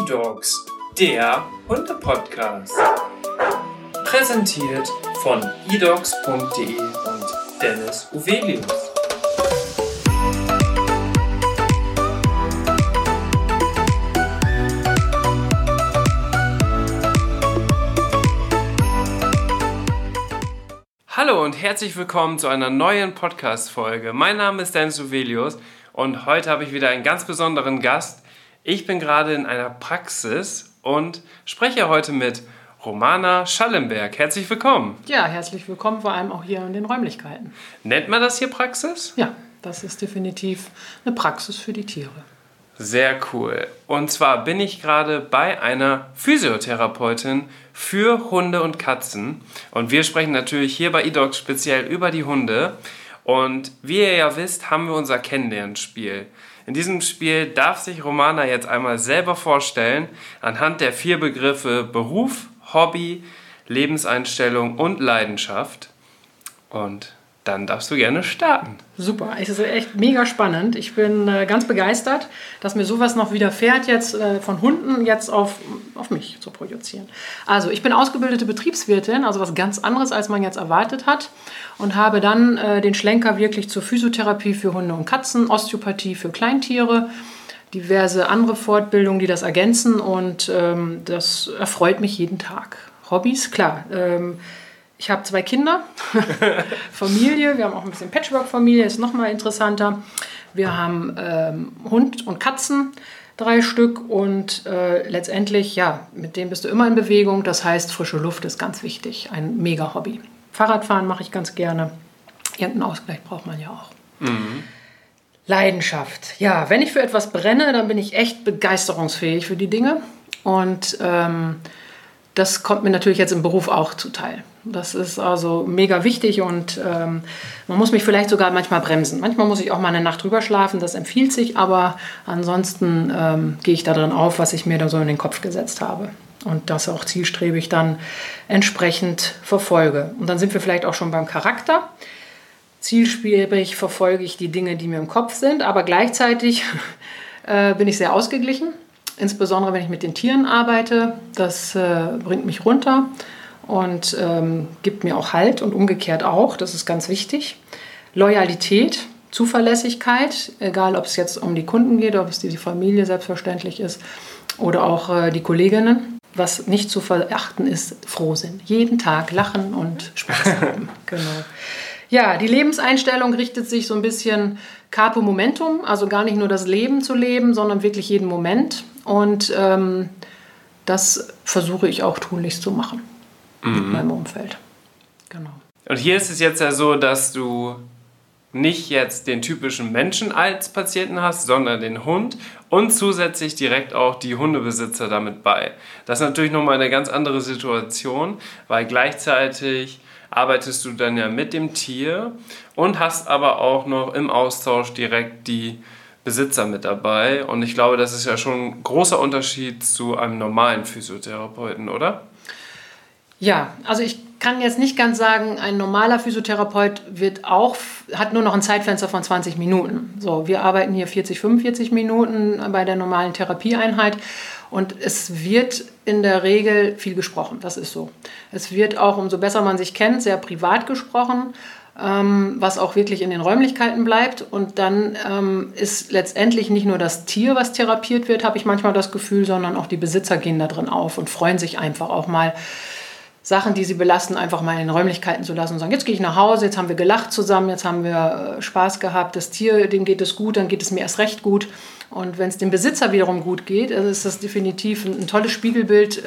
eDogs, der Hunde-Podcast. Präsentiert von edogs.de und Dennis Uvelius. Hallo und herzlich willkommen zu einer neuen Podcast-Folge. Mein Name ist Dennis Uvelius und heute habe ich wieder einen ganz besonderen Gast. Ich bin gerade in einer Praxis und spreche heute mit Romana Schallenberg. Herzlich willkommen. Ja, herzlich willkommen, vor allem auch hier in den Räumlichkeiten. Nennt man das hier Praxis? Ja, das ist definitiv eine Praxis für die Tiere. Sehr cool. Und zwar bin ich gerade bei einer Physiotherapeutin für Hunde und Katzen. Und wir sprechen natürlich hier bei eDogs speziell über die Hunde. Und wie ihr ja wisst, haben wir unser Kennenlernspiel. In diesem Spiel darf sich Romana jetzt einmal selber vorstellen, anhand der 4 Begriffe Beruf, Hobby, Lebenseinstellung und Leidenschaft. Und dann darfst du gerne starten. Super, es ist echt mega spannend. Ich bin ganz begeistert, dass mir sowas noch widerfährt, jetzt von Hunden jetzt auf mich zu projizieren. Also ich bin ausgebildete Betriebswirtin, also was ganz anderes, als man jetzt erwartet hat. Und habe dann den Schlenker wirklich zur Physiotherapie für Hunde und Katzen, Osteopathie für Kleintiere, diverse andere Fortbildungen, die das ergänzen. Und das erfreut mich jeden Tag. Hobbys, klar. Ich habe 2 Kinder, Familie, wir haben auch ein bisschen Patchwork-Familie, ist nochmal interessanter. Wir haben Hund und Katzen, 3 Stück und letztendlich, ja, mit denen bist du immer in Bewegung. Das heißt, frische Luft ist ganz wichtig, ein Mega-Hobby. Fahrradfahren mache ich ganz gerne. Irgendeinen Ausgleich braucht man ja auch. Mhm. Leidenschaft. Ja, wenn ich für etwas brenne, dann bin ich echt begeisterungsfähig für die Dinge. Und das kommt mir natürlich jetzt im Beruf auch zuteil. Das ist also mega wichtig und man muss mich vielleicht sogar manchmal bremsen. Manchmal muss ich auch mal eine Nacht drüber schlafen, das empfiehlt sich, aber ansonsten gehe ich da drin auf, was ich mir da so in den Kopf gesetzt habe. Und das auch zielstrebig dann entsprechend verfolge. Und dann sind wir vielleicht auch schon beim Charakter. Zielstrebig verfolge ich die Dinge, die mir im Kopf sind, aber gleichzeitig bin ich sehr ausgeglichen. Insbesondere, wenn ich mit den Tieren arbeite. Das bringt mich runter und gibt mir auch Halt und umgekehrt auch. Das ist ganz wichtig. Loyalität, Zuverlässigkeit, egal ob es jetzt um die Kunden geht, ob es die Familie selbstverständlich ist oder auch die Kolleginnen. Was nicht zu verachten ist, Frohsinn. Jeden Tag lachen und Spaß haben. Genau. Ja, die Lebenseinstellung richtet sich so ein bisschen Carpe Momentum, also gar nicht nur das Leben zu leben, sondern wirklich jeden Moment. Und das versuche ich auch tunlichst zu machen mit meinem Umfeld. Genau. Und hier ist es jetzt ja so, dass du nicht jetzt den typischen Menschen als Patienten hast, sondern den Hund und zusätzlich direkt auch die Hundebesitzer damit bei. Das ist natürlich nochmal eine ganz andere Situation, weil gleichzeitig arbeitest du dann ja mit dem Tier und hast aber auch noch im Austausch direkt die Besitzer mit dabei. Und ich glaube, das ist ja schon ein großer Unterschied zu einem normalen Physiotherapeuten, oder? Ja, also ich kann jetzt nicht ganz sagen, ein normaler Physiotherapeut hat nur noch ein Zeitfenster von 20 Minuten. So, wir arbeiten hier 40, 45 Minuten bei der normalen Therapieeinheit und es wird in der Regel viel gesprochen, das ist so. Es wird auch, umso besser man sich kennt, sehr privat gesprochen, was auch wirklich in den Räumlichkeiten bleibt. Und dann ist letztendlich nicht nur das Tier, was therapiert wird, habe ich manchmal das Gefühl, sondern auch die Besitzer gehen da drin auf und freuen sich einfach auch mal, Sachen, die sie belasten, einfach mal in den Räumlichkeiten zu lassen und sagen, jetzt gehe ich nach Hause, jetzt haben wir gelacht zusammen, jetzt haben wir Spaß gehabt, das Tier, dem geht es gut, dann geht es mir erst recht gut. Und wenn es dem Besitzer wiederum gut geht, ist das definitiv ein tolles Spiegelbild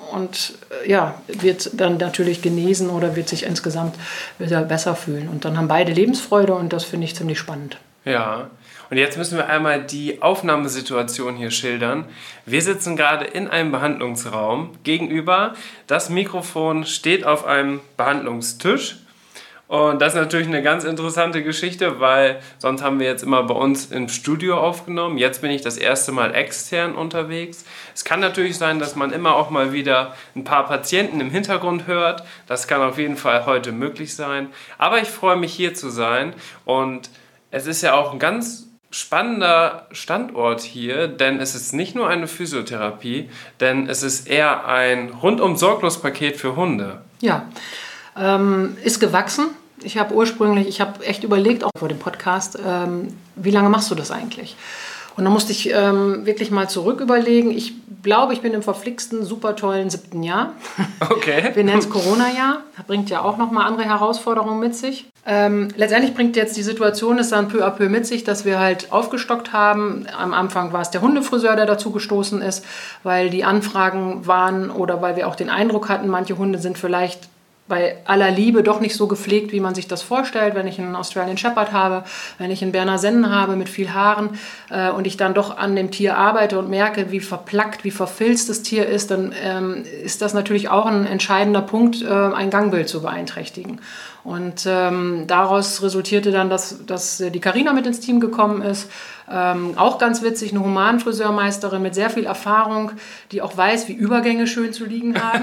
wird dann natürlich genesen oder wird sich insgesamt wieder besser fühlen. Und dann haben beide Lebensfreude und das finde ich ziemlich spannend. Ja. Und jetzt müssen wir einmal die Aufnahmesituation hier schildern. Wir sitzen gerade in einem Behandlungsraum. Gegenüber, das Mikrofon steht auf einem Behandlungstisch. Und das ist natürlich eine ganz interessante Geschichte, weil sonst haben wir jetzt immer bei uns im Studio aufgenommen. Jetzt bin ich das erste Mal extern unterwegs. Es kann natürlich sein, dass man immer auch mal wieder ein paar Patienten im Hintergrund hört. Das kann auf jeden Fall heute möglich sein. Aber ich freue mich, hier zu sein. Und es ist ja auch ein ganz Spannender Standort hier, denn es ist nicht nur eine Physiotherapie, denn es ist eher ein Rundum-Sorglos-Paket für Hunde. Ja, ist gewachsen. Ich habe echt überlegt, auch vor dem Podcast, wie lange machst du das eigentlich? Und dann musste ich wirklich mal zurück überlegen. Ich glaube, ich bin im verflixten, super tollen 7. Jahr. Okay. Wir nennen es Corona-Jahr. Das bringt ja auch nochmal andere Herausforderungen mit sich. Letztendlich bringt jetzt die Situation es dann peu à peu mit sich, dass wir halt aufgestockt haben. Am Anfang war es der Hundefriseur, der dazu gestoßen ist, weil die Anfragen waren oder weil wir auch den Eindruck hatten, manche Hunde sind vielleicht bei aller Liebe doch nicht so gepflegt, wie man sich das vorstellt, wenn ich einen Australian Shepherd habe, wenn ich einen Berner Sennen habe mit viel Haaren und ich dann doch an dem Tier arbeite und merke, wie verplackt, wie verfilzt das Tier ist, dann ist das natürlich auch ein entscheidender Punkt, ein Gangbild zu beeinträchtigen. Und daraus resultierte dann, dass die Carina mit ins Team gekommen ist. Auch ganz witzig, eine Humanfriseurmeisterin mit sehr viel Erfahrung, die auch weiß, wie Übergänge schön zu liegen haben.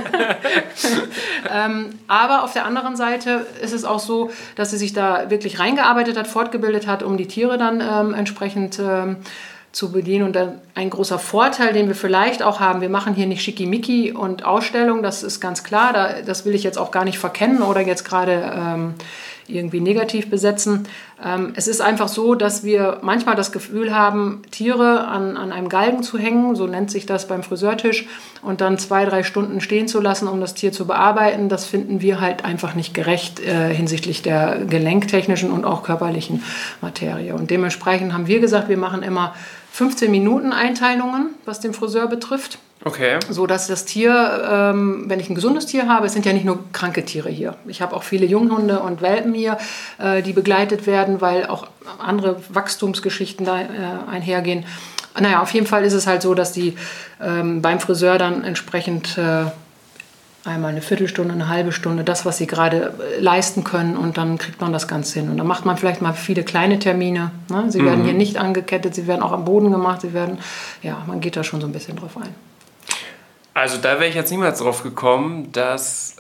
Aber auf der anderen Seite ist es auch so, dass sie sich da wirklich reingearbeitet hat, fortgebildet hat, um die Tiere dann entsprechend zu bedienen. Und dann ein großer Vorteil, den wir vielleicht auch haben, wir machen hier nicht Schickimicki und Ausstellung, das ist ganz klar, das will ich jetzt auch gar nicht verkennen oder jetzt gerade irgendwie negativ besetzen. Es ist einfach so, dass wir manchmal das Gefühl haben, Tiere an einem Galgen zu hängen, so nennt sich das beim Friseurtisch, und dann 2-3 Stunden stehen zu lassen, um das Tier zu bearbeiten. Das finden wir halt einfach nicht gerecht hinsichtlich der gelenktechnischen und auch körperlichen Materie. Und dementsprechend haben wir gesagt, wir machen immer 15 Minuten Einteilungen, was den Friseur betrifft. Okay. So dass das Tier, wenn ich ein gesundes Tier habe, es sind ja nicht nur kranke Tiere hier. Ich habe auch viele Junghunde und Welpen hier, die begleitet werden, weil auch andere Wachstumsgeschichten da einhergehen. Naja, auf jeden Fall ist es halt so, dass die beim Friseur dann entsprechend einmal eine Viertelstunde, eine halbe Stunde, das, was sie gerade leisten können, und dann kriegt man das Ganze hin. Und dann macht man vielleicht mal viele kleine Termine. Ne? Sie werden hier nicht angekettet, sie werden auch am Boden gemacht, man geht da schon so ein bisschen drauf ein. Also da wäre ich jetzt niemals drauf gekommen, dass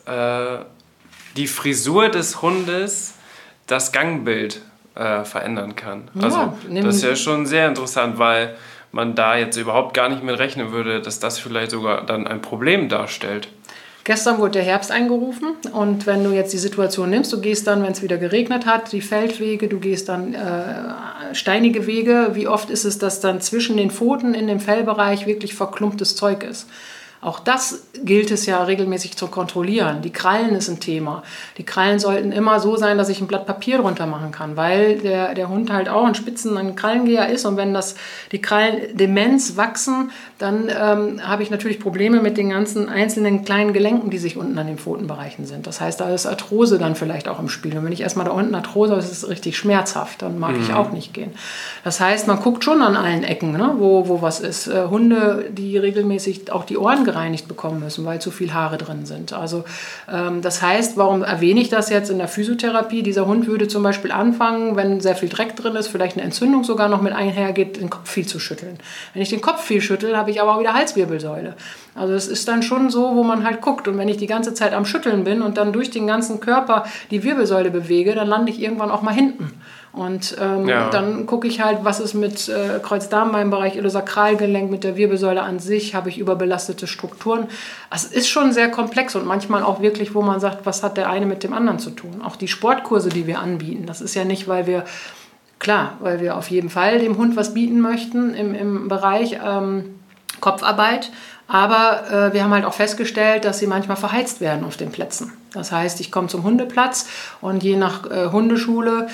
die Frisur des Hundes das Gangbild verändern kann. Also das ist ja schon sehr interessant, weil man da jetzt überhaupt gar nicht mit rechnen würde, dass das vielleicht sogar dann ein Problem darstellt. Gestern wurde der Herbst eingerufen, und wenn du jetzt die Situation nimmst, du gehst dann, wenn es wieder geregnet hat, die Feldwege, du gehst dann steinige Wege, wie oft ist es, dass dann zwischen den Pfoten in dem Fellbereich wirklich verklumptes Zeug ist? Auch das gilt es ja regelmäßig zu kontrollieren. Die Krallen ist ein Thema. Die Krallen sollten immer so sein, dass ich ein Blatt Papier drunter machen kann, weil der Hund halt auch ein Krallengeher ist. Und wenn die Krallen Demenz wachsen, dann habe ich natürlich Probleme mit den ganzen einzelnen kleinen Gelenken, die sich unten an den Pfotenbereichen sind. Das heißt, da ist Arthrose dann vielleicht auch im Spiel. Und wenn ich erstmal da unten Arthrose habe, ist es richtig schmerzhaft. Dann mag ich auch nicht gehen. Das heißt, man guckt schon an allen Ecken, ne, wo was ist. Hunde, die regelmäßig auch die Ohren gereinigt bekommen müssen, weil zu viel Haare drin sind. Also das heißt, warum erwähne ich das jetzt in der Physiotherapie? Dieser Hund würde zum Beispiel anfangen, wenn sehr viel Dreck drin ist, vielleicht eine Entzündung sogar noch mit einhergeht, den Kopf viel zu schütteln. Wenn ich den Kopf viel schüttel, habe ich aber auch wieder Halswirbelsäule. Also es ist dann schon so, wo man halt guckt. Und wenn ich die ganze Zeit am Schütteln bin und dann durch den ganzen Körper die Wirbelsäule bewege, dann lande ich irgendwann auch mal hinten. Und dann gucke ich halt, was ist mit Kreuzdarmbeinbereich, Iliosakralgelenk, mit der Wirbelsäule an sich, habe ich überbelastete Strukturen. Es ist schon sehr komplex und manchmal auch wirklich, wo man sagt, was hat der eine mit dem anderen zu tun. Auch die Sportkurse, die wir anbieten, das ist ja nicht, weil wir auf jeden Fall dem Hund was bieten möchten im Bereich Kopfarbeit. Aber wir haben halt auch festgestellt, dass sie manchmal verheizt werden auf den Plätzen. Das heißt, ich komme zum Hundeplatz und je nach Hundeschule,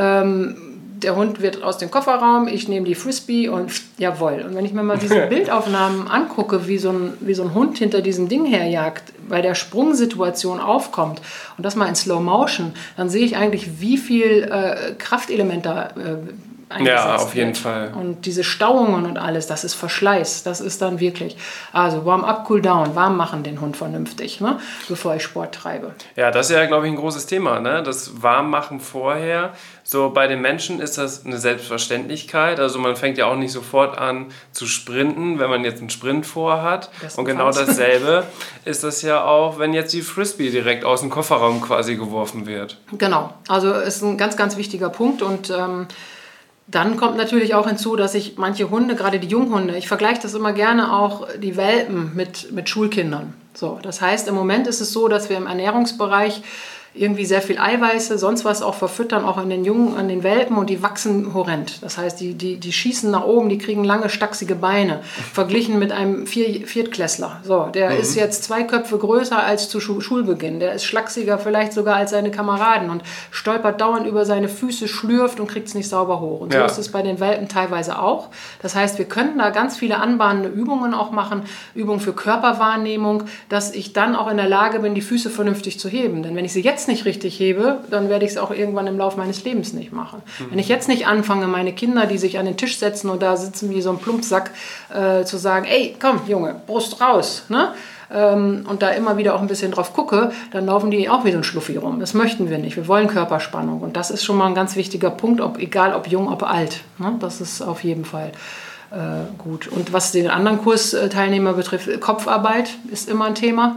der Hund wird aus dem Kofferraum, ich nehme die Frisbee und jawohl. Und wenn ich mir mal diese Bildaufnahmen angucke, wie so ein Hund hinter diesem Ding herjagt, bei der Sprungsituation aufkommt und das mal in Slow Motion, dann sehe ich eigentlich, wie viel Kraftelement da eingesetzt Ja, auf jeden wird. Fall. Und diese Stauungen und alles, das ist Verschleiß. Das ist dann wirklich, also Warm-up, Cool-down, warm machen den Hund vernünftig, ne, bevor ich Sport treibe. Ja, das ist ja, glaube ich, ein großes Thema, ne? Das Warmmachen vorher. So bei den Menschen ist das eine Selbstverständlichkeit. Also man fängt ja auch nicht sofort an zu sprinten, wenn man jetzt einen Sprint vorhat. Und genau dasselbe ist das ja auch, wenn jetzt die Frisbee direkt aus dem Kofferraum quasi geworfen wird. Genau, also ist ein ganz, ganz wichtiger Punkt und Dann kommt natürlich auch hinzu, dass ich manche Hunde, gerade die Junghunde, ich vergleiche das immer gerne auch, die Welpen mit Schulkindern. So, das heißt, im Moment ist es so, dass wir im Ernährungsbereich irgendwie sehr viel Eiweiße, sonst was auch verfüttern, auch an den Jungen, an den Welpen, und die wachsen horrend. Das heißt, die schießen nach oben, die kriegen lange, stachsige Beine, verglichen mit einem Viertklässler. So, der ist jetzt 2 Köpfe größer als zu Schulbeginn. Der ist schlachsiger vielleicht sogar als seine Kameraden und stolpert dauernd über seine Füße, schlürft und kriegt es nicht sauber hoch. Und so ist es bei den Welpen teilweise auch. Das heißt, wir können da ganz viele anbahnende Übungen auch machen, Übungen für Körperwahrnehmung, dass ich dann auch in der Lage bin, die Füße vernünftig zu heben. Denn wenn ich sie jetzt nicht richtig hebe, dann werde ich es auch irgendwann im Laufe meines Lebens nicht machen. Wenn ich jetzt nicht anfange, meine Kinder, die sich an den Tisch setzen und da sitzen wie so ein Plumpsack, zu sagen, ey, komm, Junge, Brust raus, ne? Und da immer wieder auch ein bisschen drauf gucke, dann laufen die auch wie so ein Schluffi rum. Das möchten wir nicht. Wir wollen Körperspannung. Und das ist schon mal ein ganz wichtiger Punkt, egal ob jung, ob alt. Ne? Das ist auf jeden Fall gut. Und was den anderen Kursteilnehmer betrifft, Kopfarbeit ist immer ein Thema.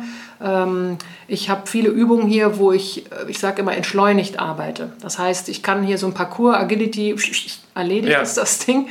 Ich habe viele Übungen hier, wo ich sage immer, entschleunigt arbeite. Das heißt, ich kann hier so ein Parcours, Agility, erledigt ist das Ding.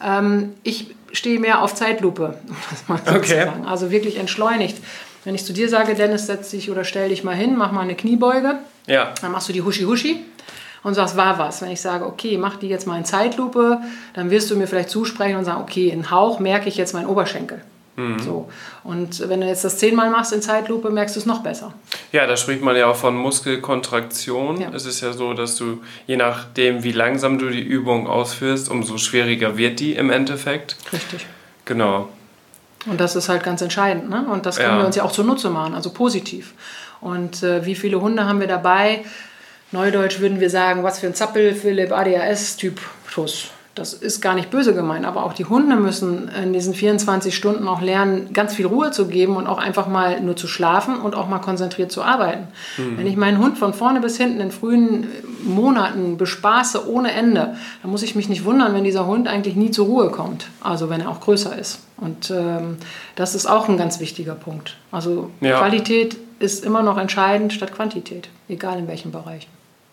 Ich stehe mehr auf Zeitlupe, um das mal so zu sagen. Also wirklich entschleunigt. Wenn ich zu dir sage, Dennis, setz dich oder stell dich mal hin, mach mal eine Kniebeuge, dann machst du die Huschi-Huschi und sagst, war was. Wenn ich sage, okay, mach die jetzt mal in Zeitlupe, dann wirst du mir vielleicht zusprechen und sagen, okay, in Hauch merke ich jetzt meinen Oberschenkel. So. Und wenn du jetzt das 10-mal machst in Zeitlupe, merkst du es noch besser. Ja, da spricht man ja auch von Muskelkontraktion. Ja. Es ist ja so, dass du, je nachdem, wie langsam du die Übung ausführst, umso schwieriger wird die im Endeffekt. Richtig. Genau. Und das ist halt ganz entscheidend, ne? Und das können wir uns ja auch zunutze machen, also positiv. Und wie viele Hunde haben wir dabei? Neudeutsch würden wir sagen, was für ein Zappel, Philipp, ADHS-Typ Schuss. Das ist gar nicht böse gemeint, aber auch die Hunde müssen in diesen 24 Stunden auch lernen, ganz viel Ruhe zu geben und auch einfach mal nur zu schlafen und auch mal konzentriert zu arbeiten. Wenn ich meinen Hund von vorne bis hinten in frühen Monaten bespaße ohne Ende, dann muss ich mich nicht wundern, wenn dieser Hund eigentlich nie zur Ruhe kommt, also wenn er auch größer ist. Und das ist auch ein ganz wichtiger Punkt. Also Qualität ist immer noch entscheidend statt Quantität, egal in welchem Bereich.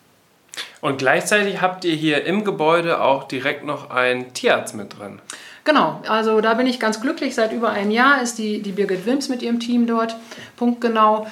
Und gleichzeitig habt ihr hier im Gebäude auch direkt noch einen Tierarzt mit drin. Genau, also da bin ich ganz glücklich. Seit über einem Jahr ist die Birgit Wilms mit ihrem Team dort. Punktgenau.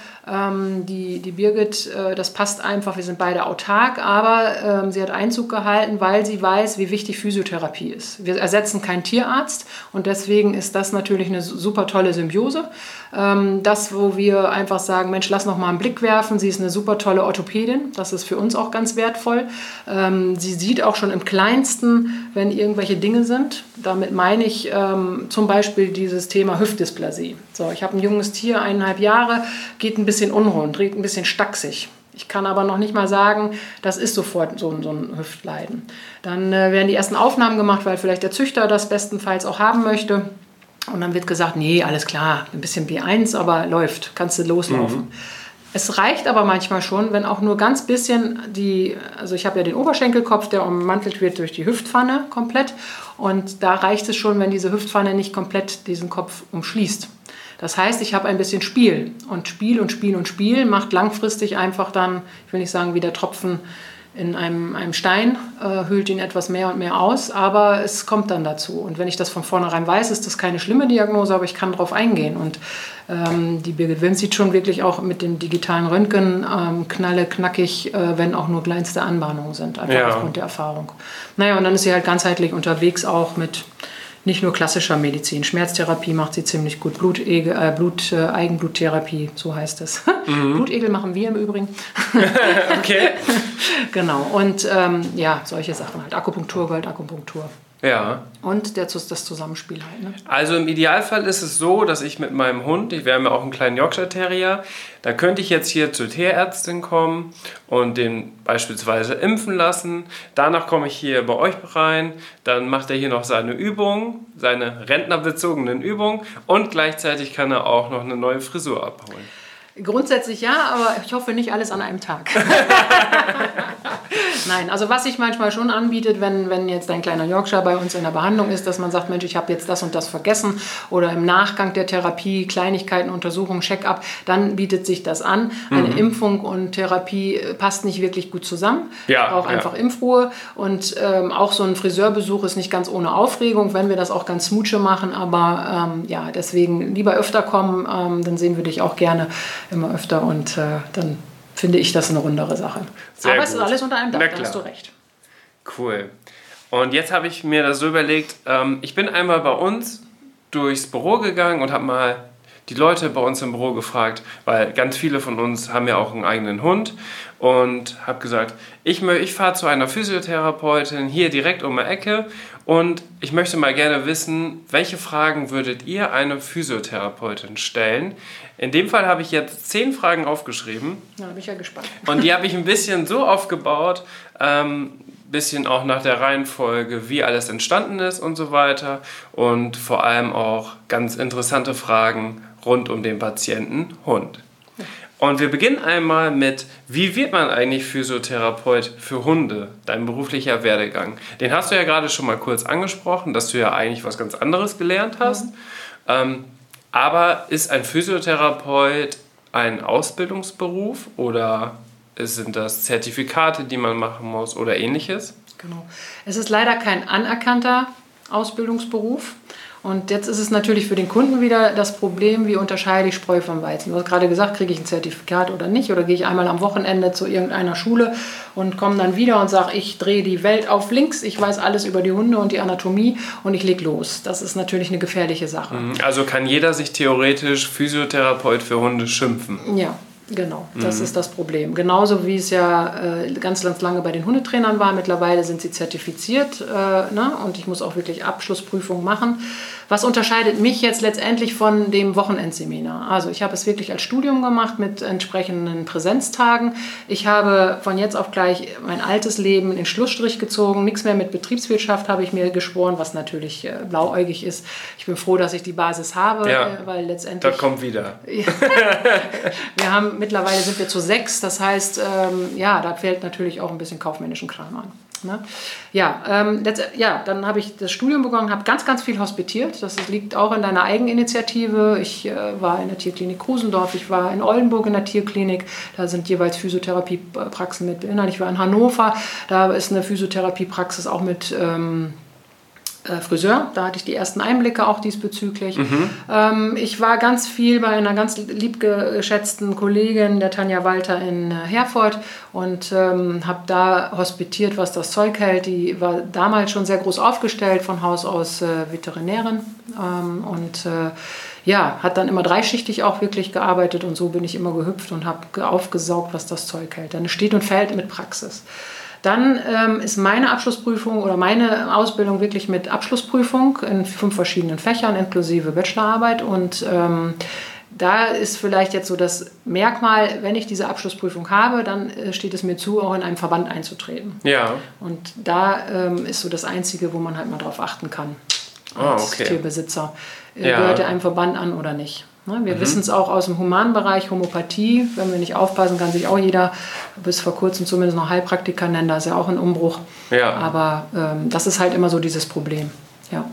Die Birgit, das passt einfach, wir sind beide autark, aber sie hat Einzug gehalten, weil sie weiß, wie wichtig Physiotherapie ist. Wir ersetzen keinen Tierarzt und deswegen ist das natürlich eine super tolle Symbiose. Das, wo wir einfach sagen, Mensch, lass noch mal einen Blick werfen. Sie ist eine super tolle Orthopädin, das ist für uns auch ganz wertvoll. Sie sieht auch schon im Kleinsten, wenn irgendwelche Dinge sind. Damit meine ich zum Beispiel dieses Thema Hüftdysplasie. So, ich habe ein junges Tier, 1,5 Jahre, geht ein bisschen unrund, dreht ein bisschen stachsig. Ich kann aber noch nicht mal sagen, das ist sofort so ein Hüftleiden. Dann werden die ersten Aufnahmen gemacht, weil vielleicht der Züchter das bestenfalls auch haben möchte. Und dann wird gesagt, nee, alles klar, ein bisschen B1, aber läuft, kannst du loslaufen. Es reicht aber manchmal schon, wenn auch nur ganz bisschen also ich habe ja den Oberschenkelkopf, der ummantelt wird durch die Hüftpfanne komplett. Und da reicht es schon, wenn diese Hüftpfanne nicht komplett diesen Kopf umschließt. Das heißt, ich habe ein bisschen Spiel. Und Spiel und Spiel und Spiel macht langfristig einfach dann, ich will nicht sagen wie der Tropfen in einem Stein, hüllt ihn etwas mehr und mehr aus, aber es kommt dann dazu. Und wenn ich das von vornherein weiß, ist das keine schlimme Diagnose, aber ich kann darauf eingehen. Und die Birgit Wilms sieht schon wirklich auch mit dem digitalen Röntgen knackig, wenn auch nur kleinste Anbahnungen sind, einfach aufgrund der Erfahrung. Naja, und dann ist sie halt ganzheitlich unterwegs auch mit nicht nur klassischer Medizin. Schmerztherapie macht sie ziemlich gut. Eigenbluttherapie, so heißt es. Blutegel machen wir im Übrigen. Okay. Genau. Und solche Sachen halt. Akupunktur, Goldakupunktur. Ja. Und das Zusammenspiel halt. Ne? Also im Idealfall ist es so, dass ich mit meinem Hund, wir haben ja auch einen kleinen Yorkshire Terrier, da könnte ich jetzt hier zur Tierärztin kommen und den beispielsweise impfen lassen. Danach komme ich hier bei euch rein, dann macht er hier noch seine Übungen, seine rentnerbezogenen Übungen und gleichzeitig kann er auch noch eine neue Frisur abholen. Grundsätzlich ja, aber ich hoffe nicht alles an einem Tag. Nein, also was sich manchmal schon anbietet, wenn jetzt ein kleiner Yorkshire bei uns in der Behandlung ist, dass man sagt, Mensch, ich habe jetzt das und das vergessen oder im Nachgang der Therapie, Kleinigkeiten, Untersuchungen, Check-up, dann bietet sich das an. Eine Impfung und Therapie passt nicht wirklich gut zusammen. Ja, auch einfach Impfruhe und auch so ein Friseurbesuch ist nicht ganz ohne Aufregung, wenn wir das auch ganz smooche machen, aber deswegen lieber öfter kommen, dann sehen wir dich auch gerne immer öfter und dann finde ich das eine rundere Sache. Aber es ist alles unter einem Dach, da hast du recht. Cool. Und jetzt habe ich mir das so überlegt, ich bin einmal bei uns durchs Büro gegangen und habe mal die Leute bei uns im Büro gefragt, weil ganz viele von uns haben ja auch einen eigenen Hund und habe gesagt, ich fahre zu einer Physiotherapeutin hier direkt um die Ecke und ich möchte mal gerne wissen, welche Fragen würdet ihr einer Physiotherapeutin stellen? In dem Fall habe ich jetzt 10 Fragen aufgeschrieben. Ja, da bin ich ja gespannt. Und die habe ich ein bisschen so aufgebaut, bisschen auch nach der Reihenfolge, wie alles entstanden ist und so weiter. Und vor allem auch ganz interessante Fragen rund um den Patienten Hund. Und wir beginnen einmal mit, wie wird man eigentlich Physiotherapeut für Hunde? Dein beruflicher Werdegang. Den hast du ja gerade schon mal kurz angesprochen, dass du ja eigentlich was ganz anderes gelernt hast. Aber ist ein Physiotherapeut ein Ausbildungsberuf oder sind das Zertifikate, die man machen muss oder ähnliches? Genau. Es ist leider kein anerkannter Ausbildungsberuf. Und jetzt ist es natürlich für den Kunden wieder das Problem, wie unterscheide ich Spreu vom Weizen. Du hast gerade gesagt, kriege ich ein Zertifikat oder nicht? Oder gehe ich einmal am Wochenende zu irgendeiner Schule und komme dann wieder und sage, ich drehe die Welt auf links, ich weiß alles über die Hunde und die Anatomie und ich lege los. Das ist natürlich eine gefährliche Sache. Also kann jeder sich theoretisch Physiotherapeut für Hunde schimpfen? Ja. Genau, das ist das Problem. Genauso wie es ja ganz lange bei den Hundetrainern war. Mittlerweile sind sie zertifiziert und ich muss auch wirklich Abschlussprüfungen machen. Was unterscheidet mich jetzt letztendlich von dem Wochenendseminar? Also ich habe es wirklich als Studium gemacht mit entsprechenden Präsenztagen. Ich habe von jetzt auf gleich mein altes Leben in den Schlussstrich gezogen. Nichts mehr mit Betriebswirtschaft habe ich mir geschworen, was natürlich blauäugig ist. Ich bin froh, dass ich die Basis habe, weil letztendlich... Da kommt wieder. Mittlerweile sind wir zu 6, das heißt, da fällt natürlich auch ein bisschen kaufmännischen Kram an. Ne? Dann habe ich das Studium begonnen, habe ganz, ganz viel hospitiert. Das liegt auch in deiner Eigeninitiative. Ich war in der Tierklinik Krusendorf, ich war in Oldenburg in der Tierklinik, da sind jeweils Physiotherapiepraxen mit beinhaltet. Ich war in Hannover, da ist eine Physiotherapiepraxis auch mit... Friseur, da hatte ich die ersten Einblicke auch diesbezüglich. Ich war ganz viel bei einer ganz liebgeschätzten Kollegin, der Tanja Walter in Herford und habe da hospitiert, was das Zeug hält. Die war damals schon sehr groß aufgestellt, von Haus aus Veterinärin hat dann immer dreischichtig auch wirklich gearbeitet und so bin ich immer gehüpft und habe aufgesaugt, was das Zeug hält. Dann steht und fällt mit Praxis. Dann ist meine Abschlussprüfung oder meine Ausbildung wirklich mit Abschlussprüfung in 5 verschiedenen Fächern inklusive Bachelorarbeit und da ist vielleicht jetzt so das Merkmal, wenn ich diese Abschlussprüfung habe, dann steht es mir zu, auch in einen Verband einzutreten. Ja. Und da ist so das Einzige, wo man halt mal drauf achten kann als Tierbesitzer. Gehört er einem Verband an oder nicht? Wir wissen es auch aus dem Humanbereich, Homöopathie, wenn wir nicht aufpassen, kann sich auch jeder bis vor kurzem zumindest noch Heilpraktiker nennen, da ist ja auch ein Umbruch. Ja. Aber das ist halt immer so dieses Problem. Ja.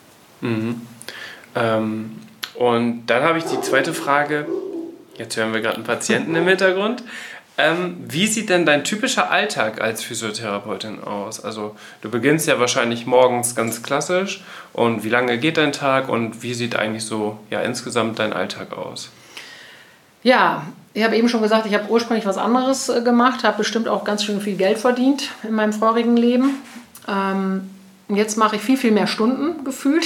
Und dann habe ich die zweite Frage, jetzt hören wir gerade einen Patienten im Hintergrund. Wie sieht denn dein typischer Alltag als Physiotherapeutin aus? Also du beginnst ja wahrscheinlich morgens ganz klassisch und wie lange geht dein Tag und wie sieht eigentlich so insgesamt dein Alltag aus? Ja, ich habe eben schon gesagt, ich habe ursprünglich was anderes gemacht, habe bestimmt auch ganz schön viel Geld verdient in meinem vorigen Leben. Jetzt mache ich viel, viel mehr Stunden gefühlt.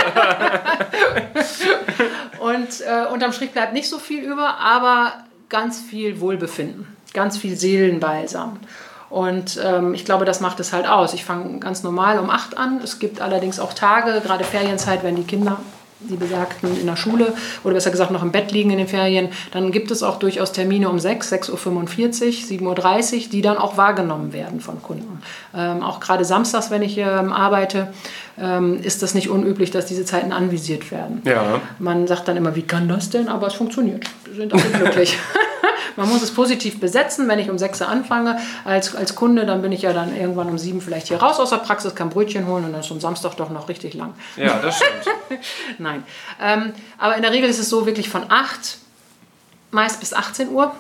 Und unterm Strich bleibt nicht so viel über, aber ganz viel Wohlbefinden, ganz viel Seelenbalsam. Und ich glaube, das macht es halt aus. Ich fange ganz normal um 8 an. Es gibt allerdings auch Tage, gerade Ferienzeit, wenn die Kinder die besagten in der Schule oder besser gesagt noch im Bett liegen in den Ferien, dann gibt es auch durchaus Termine um 6:45 Uhr, 7:30 Uhr, die dann auch wahrgenommen werden von Kunden. Auch gerade samstags, wenn ich arbeite, ist das nicht unüblich, dass diese Zeiten anvisiert werden. Ja. Man sagt dann immer, wie kann das denn? Aber es funktioniert. Wir sind alle glücklich. Man muss es positiv besetzen. Wenn ich um 6 Uhr anfange als Kunde, dann bin ich ja dann irgendwann um 7 vielleicht hier raus aus der Praxis, kann Brötchen holen und dann ist am Samstag doch noch richtig lang. Ja, das stimmt. Nein. Aber in der Regel ist es so wirklich von 8 meist bis 18 Uhr.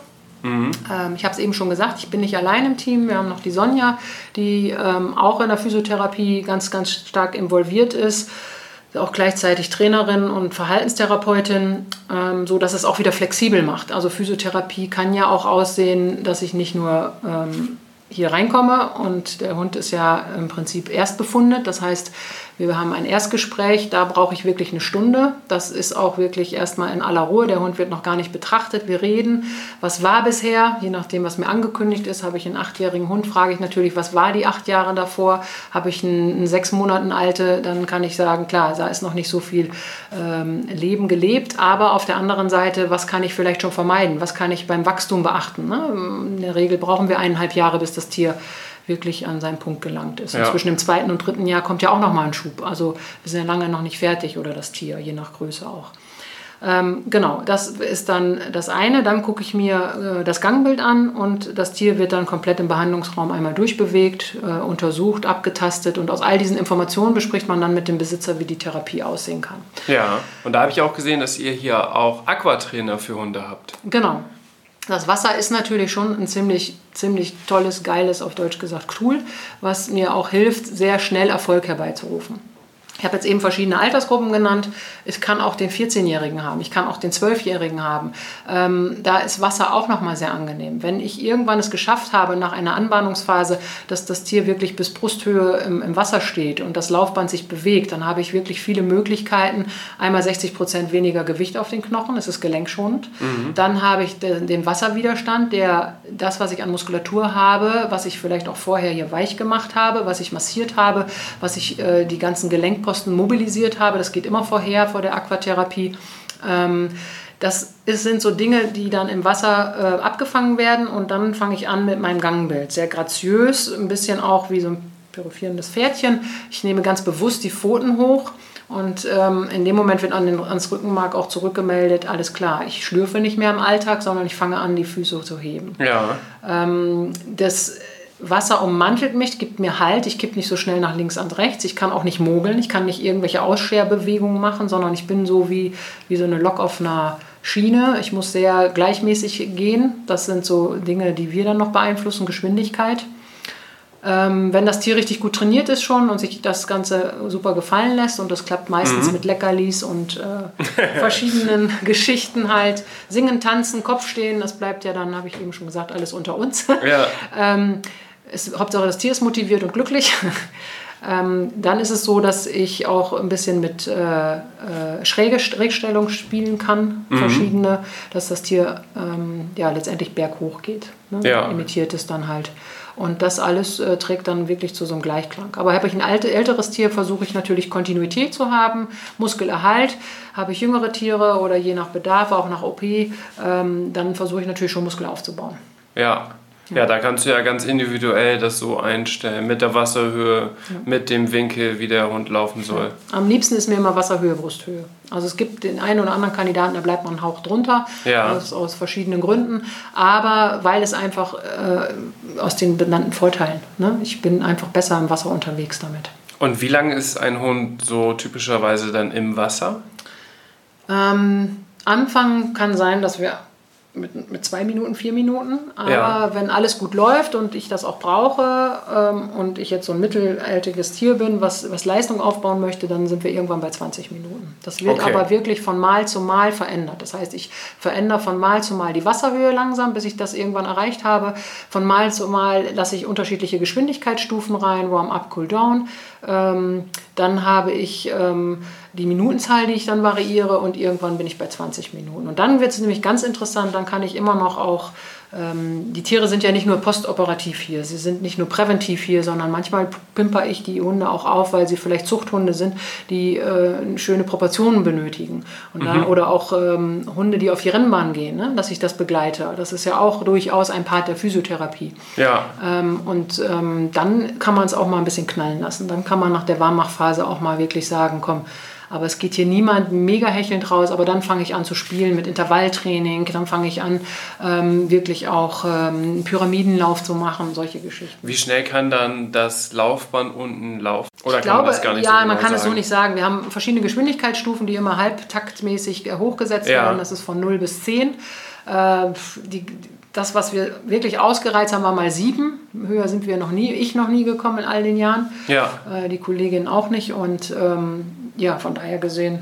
Ich habe es eben schon gesagt, ich bin nicht allein im Team. Wir haben noch die Sonja, die auch in der Physiotherapie ganz, ganz stark involviert ist. Auch gleichzeitig Trainerin und Verhaltenstherapeutin, so dass es auch wieder flexibel macht. Also Physiotherapie kann ja auch aussehen, dass ich nicht nur hier reinkomme und der Hund ist ja im Prinzip erstbefundet. Das heißt, wir haben ein Erstgespräch, da brauche ich wirklich eine Stunde. Das ist auch wirklich erstmal in aller Ruhe. Der Hund wird noch gar nicht betrachtet. Wir reden, was war bisher, je nachdem, was mir angekündigt ist. Habe ich einen 8-jährigen Hund, frage ich natürlich, was war die 8 Jahre davor? Habe ich einen 6 Monaten alte, dann kann ich sagen, klar, da ist noch nicht so viel Leben gelebt. Aber auf der anderen Seite, was kann ich vielleicht schon vermeiden? Was kann ich beim Wachstum beachten? Ne? In der Regel brauchen wir 1,5 Jahre, bis das Tier wirklich an seinen Punkt gelangt ist. Ja. Und zwischen dem 2. und 3. Jahr kommt ja auch noch mal ein Schub. Also wir sind ja lange noch nicht fertig oder das Tier, je nach Größe auch. Genau, das ist dann das eine. Dann gucke ich mir das Gangbild an und das Tier wird dann komplett im Behandlungsraum einmal durchbewegt, untersucht, abgetastet und aus all diesen Informationen bespricht man dann mit dem Besitzer, wie die Therapie aussehen kann. Ja, und da habe ich auch gesehen, dass ihr hier auch Aquatrainer für Hunde habt. Genau. Das Wasser ist natürlich schon ein ziemlich tolles, geiles, auf Deutsch gesagt, Tool, was mir auch hilft, sehr schnell Erfolg herbeizurufen. Ich habe jetzt eben verschiedene Altersgruppen genannt. Ich kann auch den 14-Jährigen haben, ich kann auch den 12-Jährigen haben. Da ist Wasser auch nochmal sehr angenehm. Wenn ich irgendwann es geschafft habe, nach einer Anbahnungsphase, dass das Tier wirklich bis Brusthöhe im Wasser steht und das Laufband sich bewegt, dann habe ich wirklich viele Möglichkeiten. Einmal 60% weniger Gewicht auf den Knochen, es ist gelenkschonend. Dann habe ich den Wasserwiderstand, das, was ich an Muskulatur habe, was ich vielleicht auch vorher hier weich gemacht habe, was ich massiert habe, was ich die ganzen Gelenkposten mobilisiert habe, das geht immer vor der Aquatherapie. Das sind so Dinge, die dann im Wasser abgefangen werden und dann fange ich an mit meinem Gangbild. Sehr graziös, ein bisschen auch wie so ein peripherendes Pferdchen. Ich nehme ganz bewusst die Pfoten hoch und in dem Moment wird ans Rückenmark auch zurückgemeldet, alles klar, ich schlürfe nicht mehr im Alltag, sondern ich fange an, die Füße zu heben. Ja. Das Wasser ummantelt mich, gibt mir Halt, ich kippe nicht so schnell nach links und rechts, ich kann auch nicht mogeln, ich kann nicht irgendwelche Ausscherbewegungen machen, sondern ich bin so wie so eine Lok auf einer Schiene. Ich muss sehr gleichmäßig gehen, das sind so Dinge, die wir dann noch beeinflussen, Geschwindigkeit. Wenn das Tier richtig gut trainiert ist schon und sich das Ganze super gefallen lässt und das klappt meistens mit Leckerlis und verschiedenen Geschichten halt, singen, tanzen, Kopf stehen, das bleibt ja dann, habe ich eben schon gesagt, alles unter uns. Ja. Hauptsache das Tier ist motiviert und glücklich. Dann ist es so, dass ich auch ein bisschen mit Schrägstellung spielen kann, verschiedene, dass das Tier letztendlich berghoch geht. Ne? Ja. Imitiert es dann halt. Und das alles trägt dann wirklich zu so einem Gleichklang. Aber habe ich ein älteres Tier, versuche ich natürlich Kontinuität zu haben, Muskelerhalt. Habe ich jüngere Tiere oder je nach Bedarf, auch nach OP, dann versuche ich natürlich schon Muskel aufzubauen. Ja. Ja, da kannst du ja ganz individuell das so einstellen, mit der Wasserhöhe, mit dem Winkel, wie der Hund laufen soll. Ja. Am liebsten ist mir immer Wasserhöhe, Brusthöhe. Also es gibt den einen oder anderen Kandidaten, da bleibt man einen Hauch drunter, aus verschiedenen Gründen, aber weil es einfach aus den benannten Vorteilen, ne? Ich bin einfach besser im Wasser unterwegs damit. Und wie lange ist ein Hund so typischerweise dann im Wasser? Anfang kann sein, dass wir mit 2 Minuten, 4 Minuten. Aber wenn alles gut läuft und ich das auch brauche und ich jetzt so ein mittelalterliches Tier bin, was Leistung aufbauen möchte, dann sind wir irgendwann bei 20 Minuten. Das wird aber wirklich von Mal zu Mal verändert. Das heißt, ich verändere von Mal zu Mal die Wasserhöhe langsam, bis ich das irgendwann erreicht habe. Von Mal zu Mal lasse ich unterschiedliche Geschwindigkeitsstufen rein, Warm-up, Cool-down. Dann habe ich die Minutenzahl, die ich dann variiere und irgendwann bin ich bei 20 Minuten. Und dann wird es nämlich ganz interessant, dann kann ich immer noch auch die Tiere sind ja nicht nur postoperativ hier, sie sind nicht nur präventiv hier, sondern manchmal pimper ich die Hunde auch auf, weil sie vielleicht Zuchthunde sind, die schöne Proportionen benötigen. Und dann, oder auch Hunde, die auf die Rennbahn gehen, ne? Dass ich das begleite. Das ist ja auch durchaus ein Part der Physiotherapie. Ja. Dann kann man es auch mal ein bisschen knallen lassen. Dann kann man nach der Warmmachphase auch mal wirklich sagen, komm, aber es geht hier niemand mega hechelnd raus, aber dann fange ich an zu spielen mit Intervalltraining, dann fange ich an, wirklich auch Pyramidenlauf zu machen, solche Geschichten. Wie schnell kann dann das Laufband unten laufen? Oder ich kann glaube, man das gar nicht ja, so genau man kann sagen? es so nicht sagen. Wir haben verschiedene Geschwindigkeitsstufen, die immer halbtaktmäßig hochgesetzt werden. Das ist von 0 bis 10. Das, was wir wirklich ausgereizt haben, war mal 7. Höher sind wir noch nie, ich noch nie gekommen in all den Jahren. Ja. Die Kollegin auch nicht. Und von daher gesehen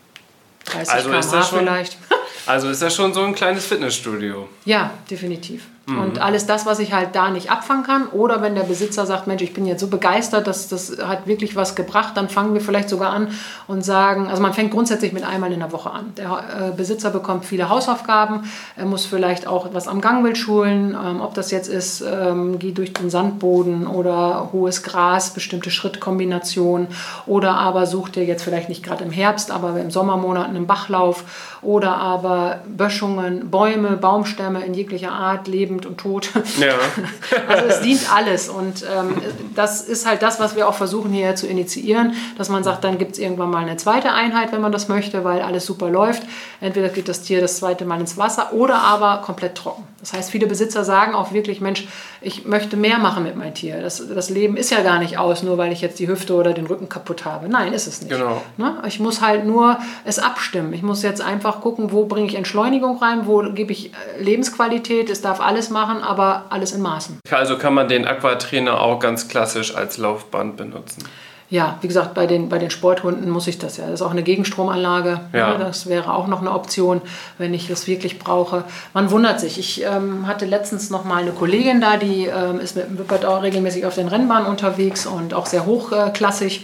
30 also km/h vielleicht. Also ist das schon so ein kleines Fitnessstudio? Ja, definitiv. Und alles das, was ich halt da nicht abfangen kann, oder wenn der Besitzer sagt, Mensch, ich bin jetzt so begeistert, das hat wirklich was gebracht, dann fangen wir vielleicht sogar an und sagen, also man fängt grundsätzlich mit einmal in der Woche an. Der Besitzer bekommt viele Hausaufgaben, er muss vielleicht auch was am Gangbild schulen, ob das jetzt ist, geh durch den Sandboden oder hohes Gras, bestimmte Schrittkombinationen, oder aber sucht er jetzt vielleicht nicht gerade im Herbst, aber im Sommermonaten einen Bachlauf, oder aber Böschungen, Bäume, Baumstämme in jeglicher Art, lebend und tot. Ja. Also es dient alles und das ist halt das, was wir auch versuchen hier zu initiieren, dass man sagt, dann gibt es irgendwann mal eine zweite Einheit, wenn man das möchte, weil alles super läuft. Entweder geht das Tier das zweite Mal ins Wasser oder aber komplett trocken. Das heißt, viele Besitzer sagen auch wirklich, Mensch, ich möchte mehr machen mit meinem Tier. Das Leben ist ja gar nicht aus, nur weil ich jetzt die Hüfte oder den Rücken kaputt habe. Nein, ist es nicht. Genau. Ne? Ich muss halt nur es abstimmen. Ich muss jetzt einfach gucken, wo bringe ich Entschleunigung rein, wo gebe ich Lebensqualität. Es darf alles machen, aber alles in Maßen. Also kann man den Aquatrainer auch ganz klassisch als Laufband benutzen? Ja, wie gesagt, bei den Sporthunden muss ich das ja. Das ist auch eine Gegenstromanlage. Ja. Das wäre auch noch eine Option, wenn ich das wirklich brauche. Man wundert sich. Ich hatte letztens noch mal eine Kollegin da, die ist mit dem Wippertau regelmäßig auf den Rennbahnen unterwegs und auch sehr hochklassig.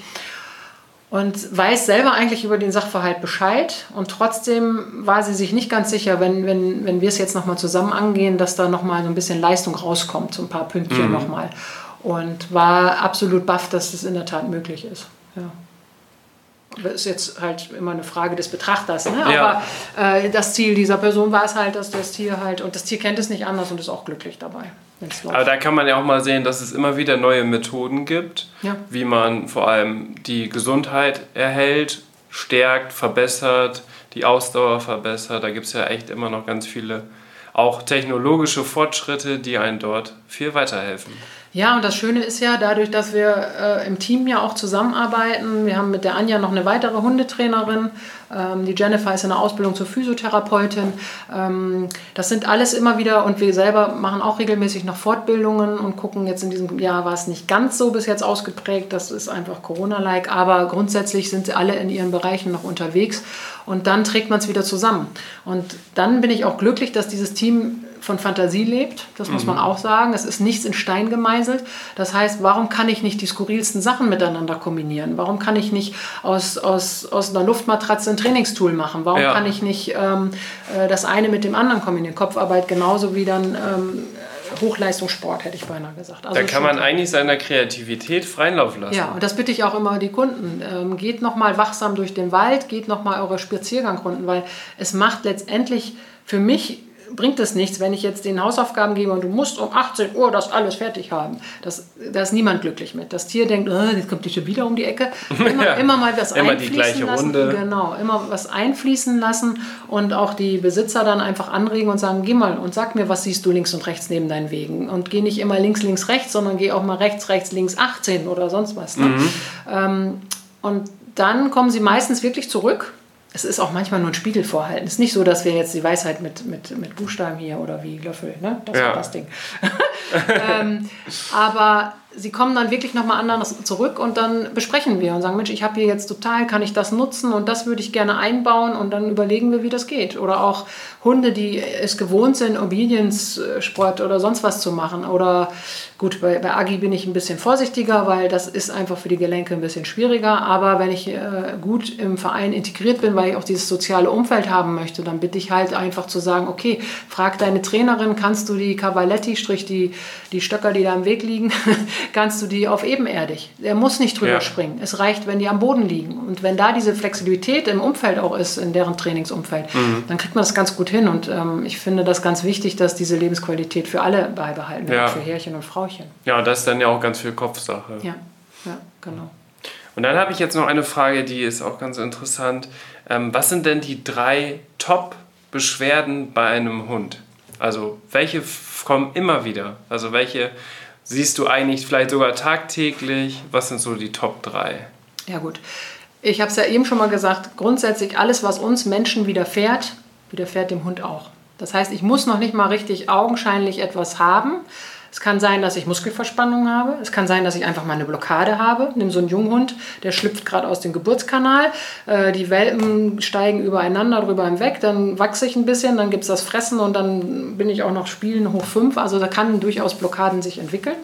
Und weiß selber eigentlich über den Sachverhalt Bescheid. Und trotzdem war sie sich nicht ganz sicher, wenn wir es jetzt nochmal zusammen angehen, dass da nochmal so ein bisschen Leistung rauskommt, so ein paar Pünktchen nochmal. Und war absolut baff, dass das in der Tat möglich ist. Ja. Das ist jetzt halt immer eine Frage des Betrachters. Ne? Ja. Aber das Ziel dieser Person war es halt, dass das Tier halt, und das Tier kennt es nicht anders und ist auch glücklich dabei, wenn es läuft. Aber da kann man ja auch mal sehen, dass es immer wieder neue Methoden gibt, wie man vor allem die Gesundheit erhält, stärkt, verbessert, die Ausdauer verbessert. Da gibt es ja echt immer noch ganz viele auch technologische Fortschritte, die einen dort viel weiterhelfen. Ja, und das Schöne ist ja, dadurch, dass wir im Team ja auch zusammenarbeiten, wir haben mit der Anja noch eine weitere Hundetrainerin, die Jennifer ist in der Ausbildung zur Physiotherapeutin. Das sind alles immer wieder, und wir selber machen auch regelmäßig noch Fortbildungen und gucken, jetzt in diesem Jahr war es nicht ganz so bis jetzt ausgeprägt, das ist einfach Corona-like, aber grundsätzlich sind sie alle in ihren Bereichen noch unterwegs und dann trägt man es wieder zusammen. Und dann bin ich auch glücklich, dass dieses Team von Fantasie lebt, das muss man auch sagen. Es ist nichts in Stein gemeißelt. Das heißt, warum kann ich nicht die skurrilsten Sachen miteinander kombinieren? Warum kann ich nicht aus einer Luftmatratze ein Trainingstool machen? Warum kann ich nicht das eine mit dem anderen kombinieren? Kopfarbeit genauso wie dann Hochleistungssport, hätte ich beinahe gesagt. Also da kann man eigentlich seiner Kreativität freien Lauf lassen. Ja, und das bitte ich auch immer die Kunden. Geht nochmal wachsam durch den Wald, geht nochmal eure Spaziergangrunden, weil es macht letztendlich für mich bringt es nichts, wenn ich jetzt den Hausaufgaben gebe und du musst um 18 Uhr das alles fertig haben. Da ist niemand glücklich mit. Das Tier denkt, jetzt kommt die schon wieder um die Ecke. Immer mal was immer einfließen die gleiche lassen. Runde. Genau, immer was einfließen lassen und auch die Besitzer dann einfach anregen und sagen, geh mal und sag mir, was siehst du links und rechts neben deinen Wegen. Und geh nicht immer links, links, rechts, sondern geh auch mal rechts, rechts, links 18 oder sonst was. Ne? Und dann kommen sie meistens wirklich zurück. Es ist auch manchmal nur ein Spiegel vorhalten. Es ist nicht so, dass wir jetzt die Weisheit mit Buchstaben hier oder wie Löffel, ne? Das war das Ding. Aber sie kommen dann wirklich nochmal anders zurück und dann besprechen wir und sagen, Mensch, ich habe hier jetzt total, kann ich das nutzen und das würde ich gerne einbauen und dann überlegen wir, wie das geht. Oder auch Hunde, die es gewohnt sind, Obedience-Sport oder sonst was zu machen. Oder gut, bei Agi bin ich ein bisschen vorsichtiger, weil das ist einfach für die Gelenke ein bisschen schwieriger. Aber wenn ich gut im Verein integriert bin, weil ich auch dieses soziale Umfeld haben möchte, dann bitte ich halt einfach zu sagen, okay, frag deine Trainerin, kannst du die Cavaletti, die Stöcker, die da im Weg liegen, kannst du die auf ebenerdig. Er muss nicht drüber springen. Es reicht, wenn die am Boden liegen. Und wenn da diese Flexibilität im Umfeld auch ist, in deren Trainingsumfeld, dann kriegt man das ganz gut hin. Und ich finde das ganz wichtig, dass diese Lebensqualität für alle beibehalten wird, für Herrchen und Frauchen. Ja, das ist dann ja auch ganz viel Kopfsache. Ja, genau. Und dann habe ich jetzt noch eine Frage, die ist auch ganz interessant. Was sind denn die 3 Top-Beschwerden bei einem Hund? Also welche kommen immer wieder? Also welche siehst du eigentlich vielleicht sogar tagtäglich? Was sind so die Top 3? Ja gut, ich habe es ja eben schon mal gesagt, grundsätzlich alles, was uns Menschen widerfährt, widerfährt dem Hund auch. Das heißt, ich muss noch nicht mal richtig augenscheinlich etwas haben. Es kann sein, dass ich Muskelverspannung habe. Es kann sein, dass ich einfach mal eine Blockade habe. Nimm so einen Junghund, der schlüpft gerade aus dem Geburtskanal. Die Welpen steigen übereinander drüber hinweg. Dann wachse ich ein bisschen, dann gibt es das Fressen und dann bin ich auch noch Spielen hoch 5. Also da kann durchaus Blockaden sich entwickeln.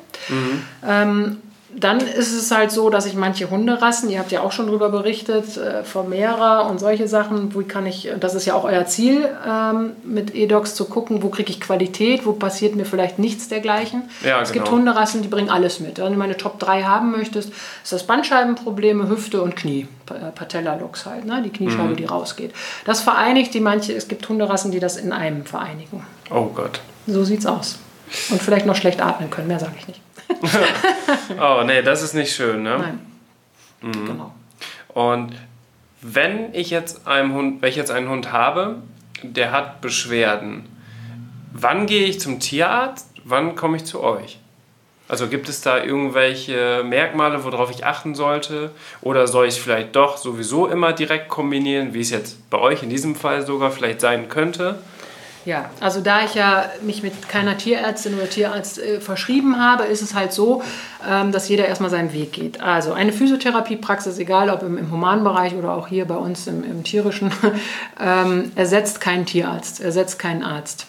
Dann ist es halt so, dass ich manche Hunderassen, ihr habt ja auch schon darüber berichtet, Vermehrer und solche Sachen, wo kann ich, das ist ja auch euer Ziel, mit eDogs zu gucken, wo kriege ich Qualität, wo passiert mir vielleicht nichts dergleichen. Ja, es gibt Hunderassen, die bringen alles mit. Wenn du meine Top 3 haben möchtest, ist das Bandscheibenprobleme, Hüfte und Knie. Patella-Lux halt, ne? Die Kniescheibe, die rausgeht. Das vereinigt es gibt Hunderassen, die das in einem vereinigen. Oh Gott. So sieht's aus. Und vielleicht noch schlecht atmen können, mehr sage ich nicht. Oh, nee, das ist nicht schön, ne? Nein. Genau. Und wenn ich jetzt einen Hund habe, der hat Beschwerden, wann gehe ich zum Tierarzt? Wann komme ich zu euch? Also gibt es da irgendwelche Merkmale, worauf ich achten sollte? Oder soll ich es vielleicht doch sowieso immer direkt kombinieren, wie es jetzt bei euch in diesem Fall sogar vielleicht sein könnte? Ja, also da ich ja mich mit keiner Tierärztin oder Tierarzt verschrieben habe, ist es halt so, dass jeder erstmal seinen Weg geht. Also eine Physiotherapiepraxis, egal ob im humanen Bereich oder auch hier bei uns im tierischen, ersetzt keinen Tierarzt, ersetzt keinen Arzt.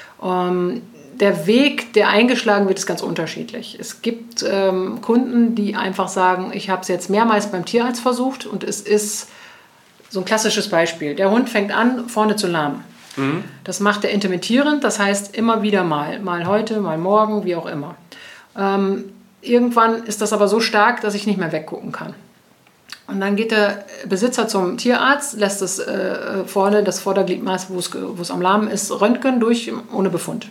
Der Weg, der eingeschlagen wird, ist ganz unterschiedlich. Es gibt Kunden, die einfach sagen, ich habe es jetzt mehrmals beim Tierarzt versucht und es ist so ein klassisches Beispiel. Der Hund fängt an, vorne zu lahmen. Das macht er intermittierend, das heißt immer wieder mal heute, mal morgen, wie auch immer. Irgendwann ist das aber so stark, dass ich nicht mehr weggucken kann. Und dann geht der Besitzer zum Tierarzt, lässt das Vordergliedmaß, wo es am Lahmen ist, röntgen durch, ohne Befund.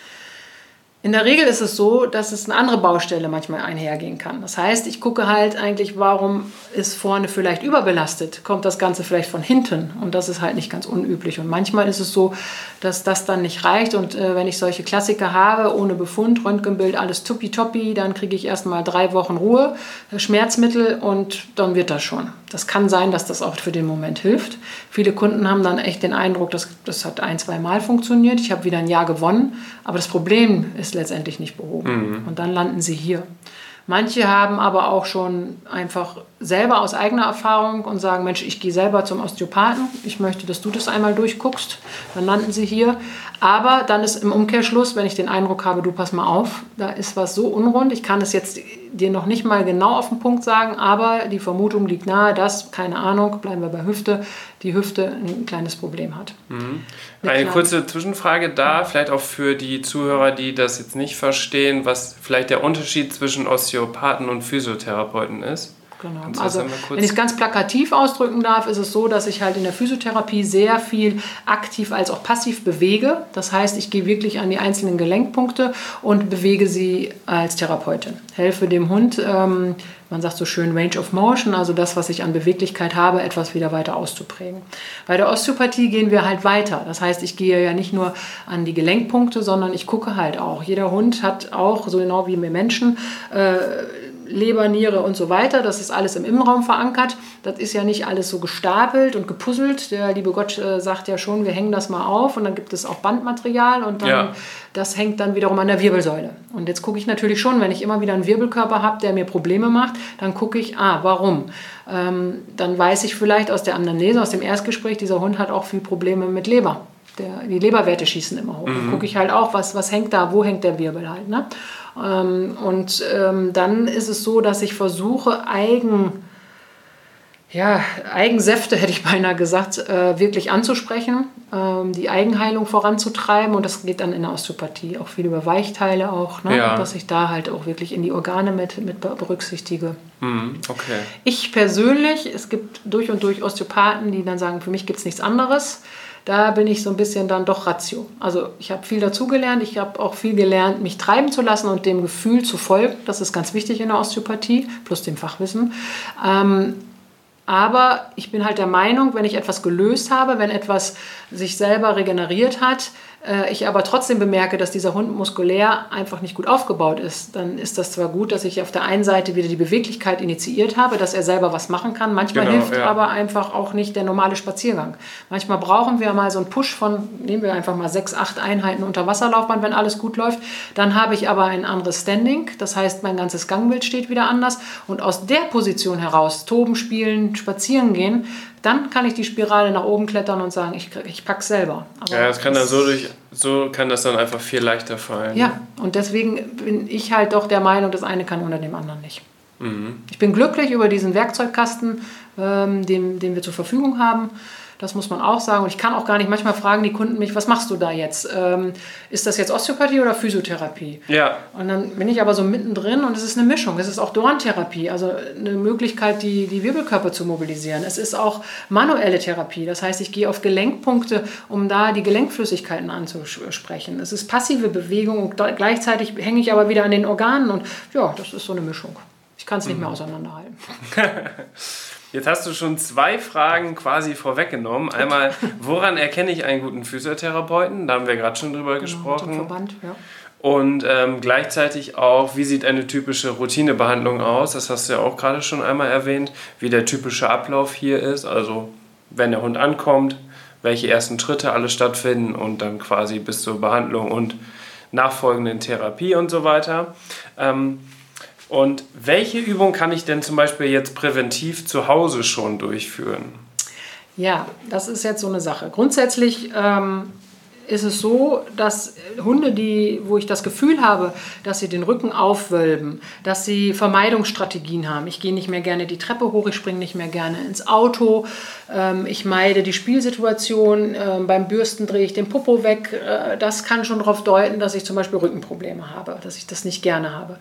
In der Regel ist es so, dass es eine andere Baustelle manchmal einhergehen kann. Das heißt, ich gucke halt eigentlich, warum ist vorne vielleicht überbelastet? Kommt das Ganze vielleicht von hinten? Und das ist halt nicht ganz unüblich. Und manchmal ist es so, dass das dann nicht reicht. Und wenn ich solche Klassiker habe, ohne Befund, Röntgenbild, alles tuppitoppi, dann kriege ich erstmal 3 Wochen Ruhe, Schmerzmittel und dann wird das schon. Das kann sein, dass das auch für den Moment hilft. Viele Kunden haben dann echt den Eindruck, dass das hat 1-2 Mal funktioniert. Ich habe wieder ein Jahr gewonnen, aber das Problem ist letztendlich nicht behoben. Und dann landen sie hier. Manche haben aber auch schon einfach selber aus eigener Erfahrung und sagen, Mensch, ich gehe selber zum Osteopathen, ich möchte, dass du das einmal durchguckst, dann landen sie hier. Aber dann ist im Umkehrschluss, wenn ich den Eindruck habe, du pass mal auf, da ist was so unrund, ich kann es jetzt dir noch nicht mal genau auf den Punkt sagen, aber die Vermutung liegt nahe, dass, keine Ahnung, bleiben wir bei Hüfte, die Hüfte ein kleines Problem hat. Eine kurze Zwischenfrage da, vielleicht auch für die Zuhörer, die das jetzt nicht verstehen, was vielleicht der Unterschied zwischen Osteopathen und Physiotherapeuten ist. Genau. Also, wenn ich es ganz plakativ ausdrücken darf, ist es so, dass ich halt in der Physiotherapie sehr viel aktiv als auch passiv bewege. Das heißt, ich gehe wirklich an die einzelnen Gelenkpunkte und bewege sie als Therapeutin. Helfe dem Hund, man sagt so schön Range of Motion, also das, was ich an Beweglichkeit habe, etwas wieder weiter auszuprägen. Bei der Osteopathie gehen wir halt weiter. Das heißt, ich gehe ja nicht nur an die Gelenkpunkte, sondern ich gucke halt auch. Jeder Hund hat auch, so genau wie wir Menschen, Leber, Niere und so weiter. Das ist alles im Innenraum verankert. Das ist ja nicht alles so gestapelt und gepuzzelt. Der liebe Gott sagt ja schon, wir hängen das mal auf und dann gibt es auch Bandmaterial und dann das hängt dann wiederum an der Wirbelsäule. Und jetzt gucke ich natürlich schon, wenn ich immer wieder einen Wirbelkörper habe, der mir Probleme macht, dann gucke ich, warum? Dann weiß ich vielleicht aus der Anamnese, aus dem Erstgespräch, dieser Hund hat auch viel Probleme mit Leber. Die Leberwerte schießen immer hoch. Dann gucke ich halt auch, was hängt da, wo hängt der Wirbel halt. Ne? Dann ist es so, dass ich versuche, Eigensäfte, hätte ich beinahe gesagt, wirklich anzusprechen, die Eigenheilung voranzutreiben und das geht dann in der Osteopathie auch viel über Weichteile auch, ne? Dass ich da halt auch wirklich in die Organe mit berücksichtige. Okay. Ich persönlich, es gibt durch und durch Osteopathen, die dann sagen, für mich gibt es nichts anderes. Da bin ich so ein bisschen dann doch Ratio. Also ich habe viel dazugelernt, ich habe auch viel gelernt, mich treiben zu lassen und dem Gefühl zu folgen. Das ist ganz wichtig in der Osteopathie, plus dem Fachwissen. Aber ich bin halt der Meinung, wenn ich etwas gelöst habe, wenn etwas sich selber regeneriert hat, ich aber trotzdem bemerke, dass dieser Hund muskulär einfach nicht gut aufgebaut ist, dann ist das zwar gut, dass ich auf der einen Seite wieder die Beweglichkeit initiiert habe, dass er selber was machen kann. Manchmal hilft aber einfach auch nicht der normale Spaziergang. Manchmal brauchen wir mal so einen Push von, nehmen wir einfach mal 6, 8 Einheiten Unterwasserlaufbahn, wenn alles gut läuft. Dann habe ich aber ein anderes Standing, das heißt, mein ganzes Gangbild steht wieder anders. Und aus der Position heraus, toben, spielen, spazieren gehen, dann kann ich die Spirale nach oben klettern und sagen, ich pack's selber. Aber das kann dann so kann das dann einfach viel leichter fallen. Ja, und deswegen bin ich halt doch der Meinung, das eine kann unter dem anderen nicht. Ich bin glücklich über diesen Werkzeugkasten, den wir zur Verfügung haben. Das muss man auch sagen. Und ich kann auch gar nicht, manchmal fragen die Kunden mich, was machst du da jetzt? Ist das jetzt Osteopathie oder Physiotherapie? Ja. Und dann bin ich aber so mittendrin und es ist eine Mischung. Es ist auch Dorntherapie, also eine Möglichkeit, die Wirbelkörper zu mobilisieren. Es ist auch manuelle Therapie. Das heißt, ich gehe auf Gelenkpunkte, um da die Gelenkflüssigkeiten anzusprechen. Es ist passive Bewegung und gleichzeitig hänge ich aber wieder an den Organen. Und ja, das ist so eine Mischung. Ich kann es nicht mehr auseinanderhalten. Jetzt hast du schon 2 Fragen quasi vorweggenommen. Einmal, woran erkenne ich einen guten Physiotherapeuten? Da haben wir gerade schon drüber gesprochen. Verband, ja. Und gleichzeitig auch, wie sieht eine typische Routinebehandlung aus? Das hast du ja auch gerade schon einmal erwähnt, wie der typische Ablauf hier ist. Also, wenn der Hund ankommt, welche ersten Schritte alle stattfinden und dann quasi bis zur Behandlung und nachfolgenden Therapie und so weiter. Und welche Übung kann ich denn zum Beispiel jetzt präventiv zu Hause schon durchführen? Ja, das ist jetzt so eine Sache. Grundsätzlich ist es so, dass Hunde, wo ich das Gefühl habe, dass sie den Rücken aufwölben, dass sie Vermeidungsstrategien haben. Ich gehe nicht mehr gerne die Treppe hoch, ich springe nicht mehr gerne ins Auto, ich meide die Spielsituation, beim Bürsten drehe ich den Popo weg. Das kann schon darauf deuten, dass ich zum Beispiel Rückenprobleme habe, dass ich das nicht gerne habe.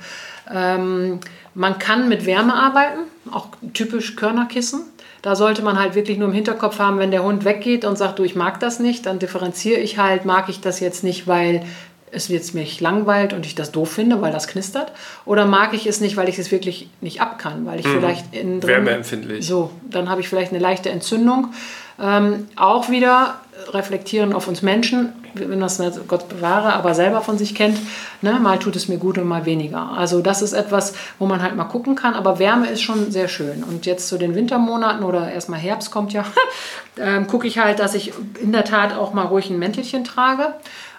Man kann mit Wärme arbeiten, auch typisch Körnerkissen. Da sollte man halt wirklich nur im Hinterkopf haben, wenn der Hund weggeht und sagt, du, ich mag das nicht, dann differenziere ich halt, mag ich das jetzt nicht, weil es jetzt mich langweilt und ich das doof finde, weil das knistert, oder mag ich es nicht, weil ich es wirklich nicht ab kann, weil ich vielleicht innen drin... Wärmeempfindlich. So, dann habe ich vielleicht eine leichte Entzündung. Auch wieder reflektieren auf uns Menschen, wenn das nicht, Gott bewahre, aber selber von sich kennt, ne, mal tut es mir gut und mal weniger. Also das ist etwas, wo man halt mal gucken kann, aber Wärme ist schon sehr schön. Und jetzt zu den Wintermonaten oder erstmal Herbst kommt ja, gucke ich halt, dass ich in der Tat auch mal ruhig ein Mäntelchen trage,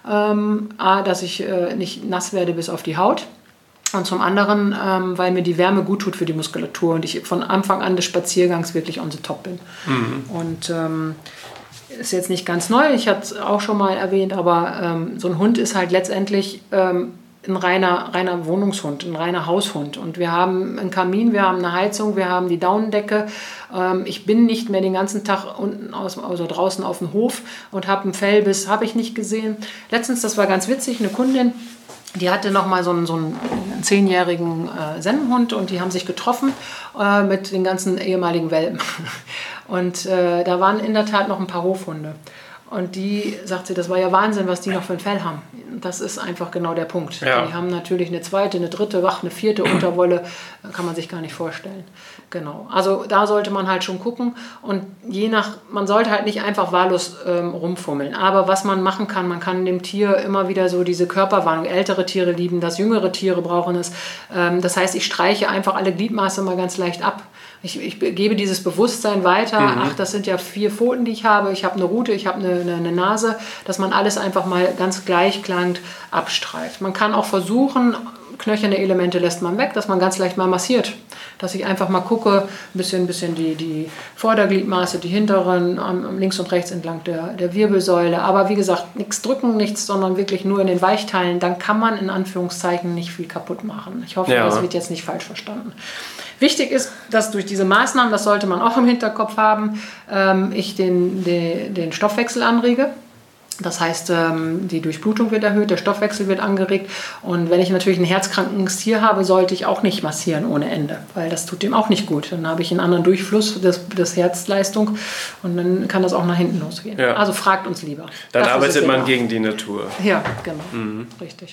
dass ich nicht nass werde bis auf die Haut. Und zum anderen, weil mir die Wärme gut tut für die Muskulatur und ich von Anfang an des Spaziergangs wirklich on the top bin. Und ist jetzt nicht ganz neu, ich hatte es auch schon mal erwähnt, aber so ein Hund ist halt letztendlich ein reiner Wohnungshund, ein reiner Haushund. Und wir haben einen Kamin, wir haben eine Heizung, wir haben die Daunendecke. Ich bin nicht mehr den ganzen Tag unten also draußen auf dem Hof und habe einen Fellbiss, habe ich nicht gesehen. Letztens, das war ganz witzig, eine Kundin, die hatte noch mal so einen 10-jährigen Sennenhund und die haben sich getroffen mit den ganzen ehemaligen Welpen. Und da waren in der Tat noch ein paar Hofhunde. Und die, sagt sie, das war ja Wahnsinn, was die noch für ein Fell haben. Das ist einfach genau der Punkt. Ja. Die haben natürlich eine zweite, eine dritte, eine vierte Unterwolle, kann man sich gar nicht vorstellen. Genau. Also da sollte man halt schon gucken und man sollte halt nicht einfach wahllos rumfummeln. Aber was man machen kann, man kann dem Tier immer wieder so diese Körperwarnung, ältere Tiere lieben das, jüngere Tiere brauchen es. Das heißt, ich streiche einfach alle Gliedmaße mal ganz leicht ab. Ich gebe dieses Bewusstsein weiter, ach, das sind ja 4 Pfoten, die ich habe eine Rute, ich habe eine Nase, dass man alles einfach mal ganz gleichklangend abstreift. Man kann auch versuchen, knöcherne Elemente lässt man weg, dass man ganz leicht mal massiert. Dass ich einfach mal gucke, ein bisschen die Vordergliedmaße, die hinteren, links und rechts entlang der Wirbelsäule. Aber wie gesagt, nichts drücken, nichts, sondern wirklich nur in den Weichteilen. Dann kann man in Anführungszeichen nicht viel kaputt machen. Ich hoffe, das wird jetzt nicht falsch verstanden. Wichtig ist, dass durch diese Maßnahmen, das sollte man auch im Hinterkopf haben, ich den Stoffwechsel anrege. Das heißt, die Durchblutung wird erhöht, der Stoffwechsel wird angeregt. Und wenn ich natürlich ein herzkrankes Tier habe, sollte ich auch nicht massieren ohne Ende, weil das tut dem auch nicht gut. Dann habe ich einen anderen Durchfluss des Herzleistung und dann kann das auch nach hinten losgehen. Ja. Also fragt uns lieber. Dann arbeitet man gegen die Natur. Ja, genau. Richtig.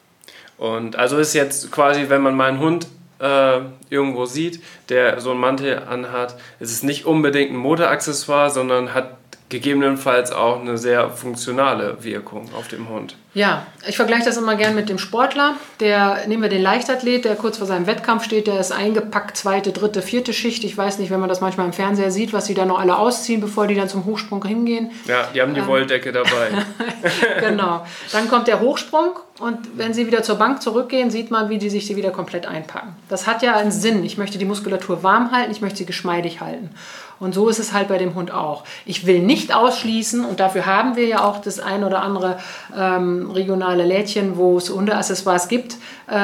Und also ist jetzt quasi, wenn man mal einen Hund irgendwo sieht, der so einen Mantel anhat, ist es nicht unbedingt ein Modeaccessoire, sondern hat gegebenenfalls auch eine sehr funktionale Wirkung auf dem Hund. Ja, ich vergleiche das immer gern mit dem Sportler. Nehmen wir den Leichtathlet, der kurz vor seinem Wettkampf steht, der ist eingepackt, 2., 3., 4. Schicht. Ich weiß nicht, wenn man das manchmal im Fernseher sieht, was sie da noch alle ausziehen, bevor die dann zum Hochsprung hingehen. Ja, die haben die Wolldecke dabei. Genau. Dann kommt der Hochsprung und wenn sie wieder zur Bank zurückgehen, sieht man, wie die sich wieder komplett einpacken. Das hat ja einen Sinn. Ich möchte die Muskulatur warm halten, ich möchte sie geschmeidig halten. Und so ist es halt bei dem Hund auch. Ich will nicht ausschließen, und dafür haben wir ja auch das ein oder andere regionale Lädchen, wo es Hundeaccessoires gibt,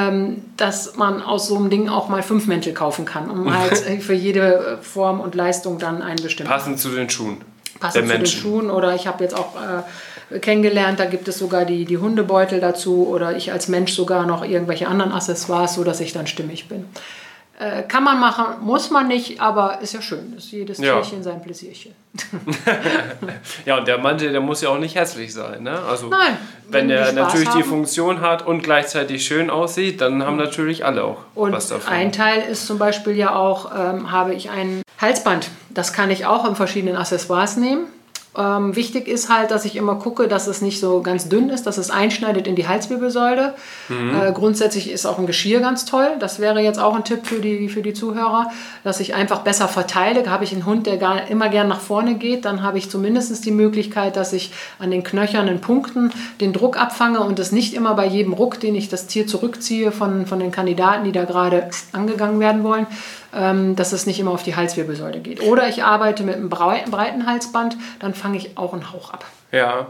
dass man aus so einem Ding auch mal 5 Mäntel kaufen kann, um halt für jede Form und Leistung dann einen bestimmten. Passend zu den Schuhen. Passend zu den Schuhen. Oder ich habe jetzt auch kennengelernt, da gibt es sogar die Hundebeutel dazu oder ich als Mensch sogar noch irgendwelche anderen Accessoires, sodass ich dann stimmig bin. Kann man machen, muss man nicht, aber ist ja schön. Ist jedes Tierchen sein Pläsierchen. Ja, und der Mantel, der muss ja auch nicht hässlich sein. Ne? Also, nein. Wenn der natürlich die Funktion hat und gleichzeitig schön aussieht, dann haben natürlich alle auch was davon. Und ein Teil ist zum Beispiel ja auch, habe ich ein Halsband. Das kann ich auch in verschiedenen Accessoires nehmen. Wichtig ist halt, dass ich immer gucke, dass es nicht so ganz dünn ist, dass es einschneidet in die Halswirbelsäule. Grundsätzlich ist auch ein Geschirr ganz toll. Das wäre jetzt auch ein Tipp für die Zuhörer, dass ich einfach besser verteile. Habe ich einen Hund, der immer gern nach vorne geht, dann habe ich zumindest die Möglichkeit, dass ich an den knöchernen Punkten den Druck abfange und es nicht immer bei jedem Ruck, den ich das Tier zurückziehe von den Kandidaten, die da gerade angegangen werden wollen, dass es nicht immer auf die Halswirbelsäule geht. Oder ich arbeite mit einem breiten Halsband, dann fange ich auch einen Hauch ab. Ja,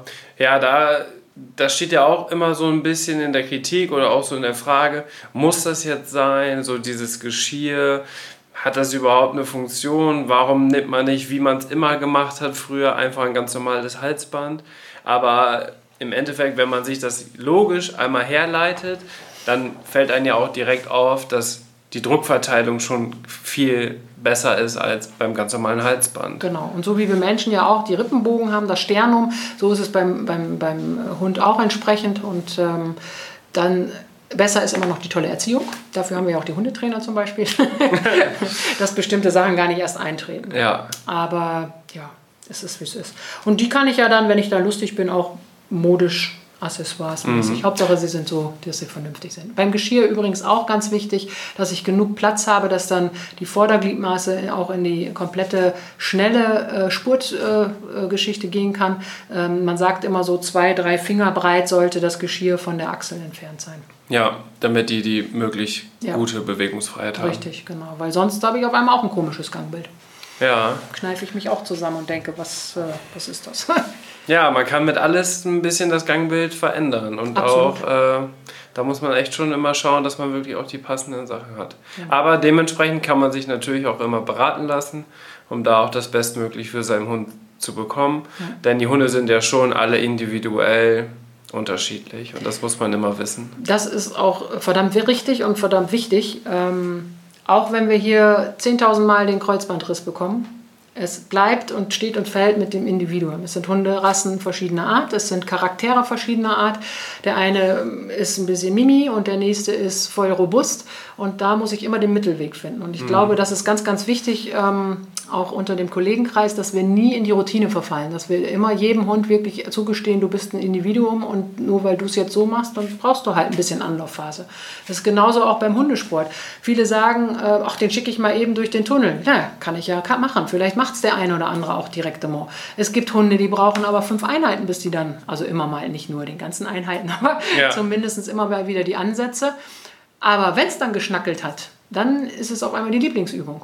das steht ja auch immer so ein bisschen in der Kritik oder auch so in der Frage, muss das jetzt sein, so dieses Geschirr, hat das überhaupt eine Funktion? Warum nimmt man nicht, wie man es immer gemacht hat früher, einfach ein ganz normales Halsband? Aber im Endeffekt, wenn man sich das logisch einmal herleitet, dann fällt einem ja auch direkt auf, dass die Druckverteilung schon viel besser ist als beim ganz normalen Halsband. Genau. Und so wie wir Menschen ja auch die Rippenbogen haben, das Sternum, so ist es beim Hund auch entsprechend. Und dann besser ist immer noch die tolle Erziehung. Dafür haben wir ja auch die Hundetrainer zum Beispiel, dass bestimmte Sachen gar nicht erst eintreten. Ja. Aber ja, es ist, wie es ist. Und die kann ich ja dann, wenn ich da lustig bin, auch modisch Accessoires mäßig. Hauptsache, sie sind so, dass sie vernünftig sind. Beim Geschirr übrigens auch ganz wichtig, dass ich genug Platz habe, dass dann die Vordergliedmaße auch in die komplette schnelle Spurtgeschichte gehen kann. Man sagt immer so 2-3 Finger breit sollte das Geschirr von der Achsel entfernt sein. Ja, damit die möglichst gute Bewegungsfreiheit haben. Richtig, genau. Weil sonst habe ich auf einmal auch ein komisches Gangbild. Ja. Kneife ich mich auch zusammen und denke, was ist das? Ja, man kann mit alles ein bisschen das Gangbild verändern. Und absolut. Auch, da muss man echt schon immer schauen, dass man wirklich auch die passenden Sachen hat. Ja. Aber dementsprechend kann man sich natürlich auch immer beraten lassen, um da auch das Bestmögliche für seinen Hund zu bekommen. Ja. Denn die Hunde sind ja schon alle individuell unterschiedlich und das muss man immer wissen. Das ist auch verdammt richtig und verdammt wichtig. Auch wenn wir hier 10.000 Mal den Kreuzbandriss bekommen, Es bleibt und steht und fällt mit dem Individuum. Es sind Hunderassen verschiedener Art, es sind Charaktere verschiedener Art. Der eine ist ein bisschen Mimi und der nächste ist voll robust. Und da muss ich immer den Mittelweg finden. Und ich glaube, das ist ganz, ganz wichtig, auch unter dem Kollegenkreis, dass wir nie in die Routine verfallen. Dass wir immer jedem Hund wirklich zugestehen, du bist ein Individuum und nur weil du es jetzt so machst, dann brauchst du halt ein bisschen Anlaufphase. Das ist genauso auch beim Hundesport. Viele sagen, ach, den schicke ich mal eben durch den Tunnel. Ja, kann ich ja machen. Vielleicht macht es der eine oder andere auch direktement. Es gibt Hunde, die brauchen aber 5 Einheiten, bis die dann, also immer mal, nicht nur den ganzen Einheiten, aber zumindest immer mal wieder die Ansätze. Aber wenn es dann geschnackelt hat, dann ist es auf einmal die Lieblingsübung.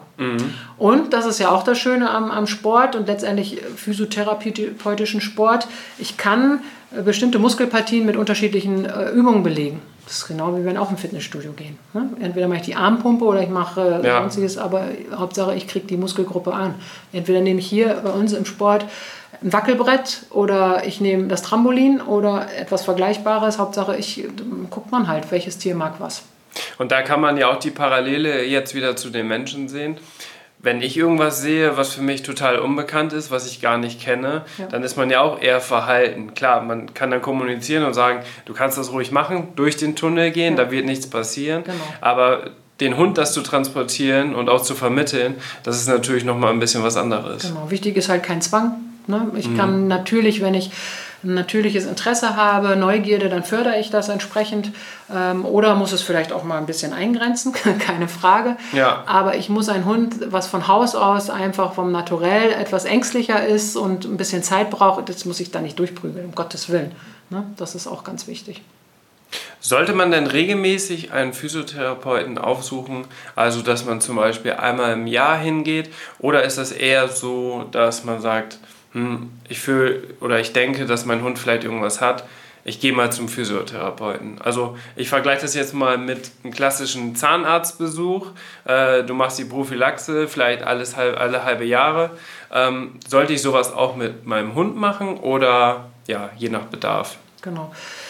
Und das ist ja auch das Schöne am Sport und letztendlich physiotherapeutischen Sport. Ich kann bestimmte Muskelpartien mit unterschiedlichen Übungen belegen. Das ist genau wie wenn wir auch im Fitnessstudio gehen. Ne? Entweder mache ich die Armpumpe oder ich mache sonstiges, aber Hauptsache ich kriege die Muskelgruppe an. Entweder nehme ich hier bei uns im Sport ein Wackelbrett oder ich nehme das Trampolin oder etwas Vergleichbares. Hauptsache guckt man halt, welches Tier mag was. Und da kann man ja auch die Parallele jetzt wieder zu den Menschen sehen. Wenn ich irgendwas sehe, was für mich total unbekannt ist, was ich gar nicht kenne, dann ist man ja auch eher verhalten. Klar, man kann dann kommunizieren und sagen, du kannst das ruhig machen, durch den Tunnel gehen, da wird nichts passieren. Genau. Aber den Hund das zu transportieren und auch zu vermitteln, das ist natürlich nochmal ein bisschen was anderes. Genau, wichtig ist halt kein Zwang. Ne? Ich kann natürlich, wenn ich ein natürliches Interesse habe, Neugierde, dann fördere ich das entsprechend. Oder muss es vielleicht auch mal ein bisschen eingrenzen, keine Frage. Ja. Aber ich muss einen Hund, was von Haus aus einfach vom Naturell etwas ängstlicher ist und ein bisschen Zeit braucht, das muss ich da nicht durchprügeln, um Gottes Willen. Ne? Das ist auch ganz wichtig. Sollte man denn regelmäßig einen Physiotherapeuten aufsuchen, also dass man zum Beispiel einmal im Jahr hingeht, oder ist das eher so, dass man sagt, ich fühle oder ich denke, dass mein Hund vielleicht irgendwas hat, ich gehe mal zum Physiotherapeuten. Also ich vergleiche das jetzt mal mit einem klassischen Zahnarztbesuch. Du machst die Prophylaxe vielleicht alle halbe Jahre. Sollte ich sowas auch mit meinem Hund machen oder je nach Bedarf? Genau.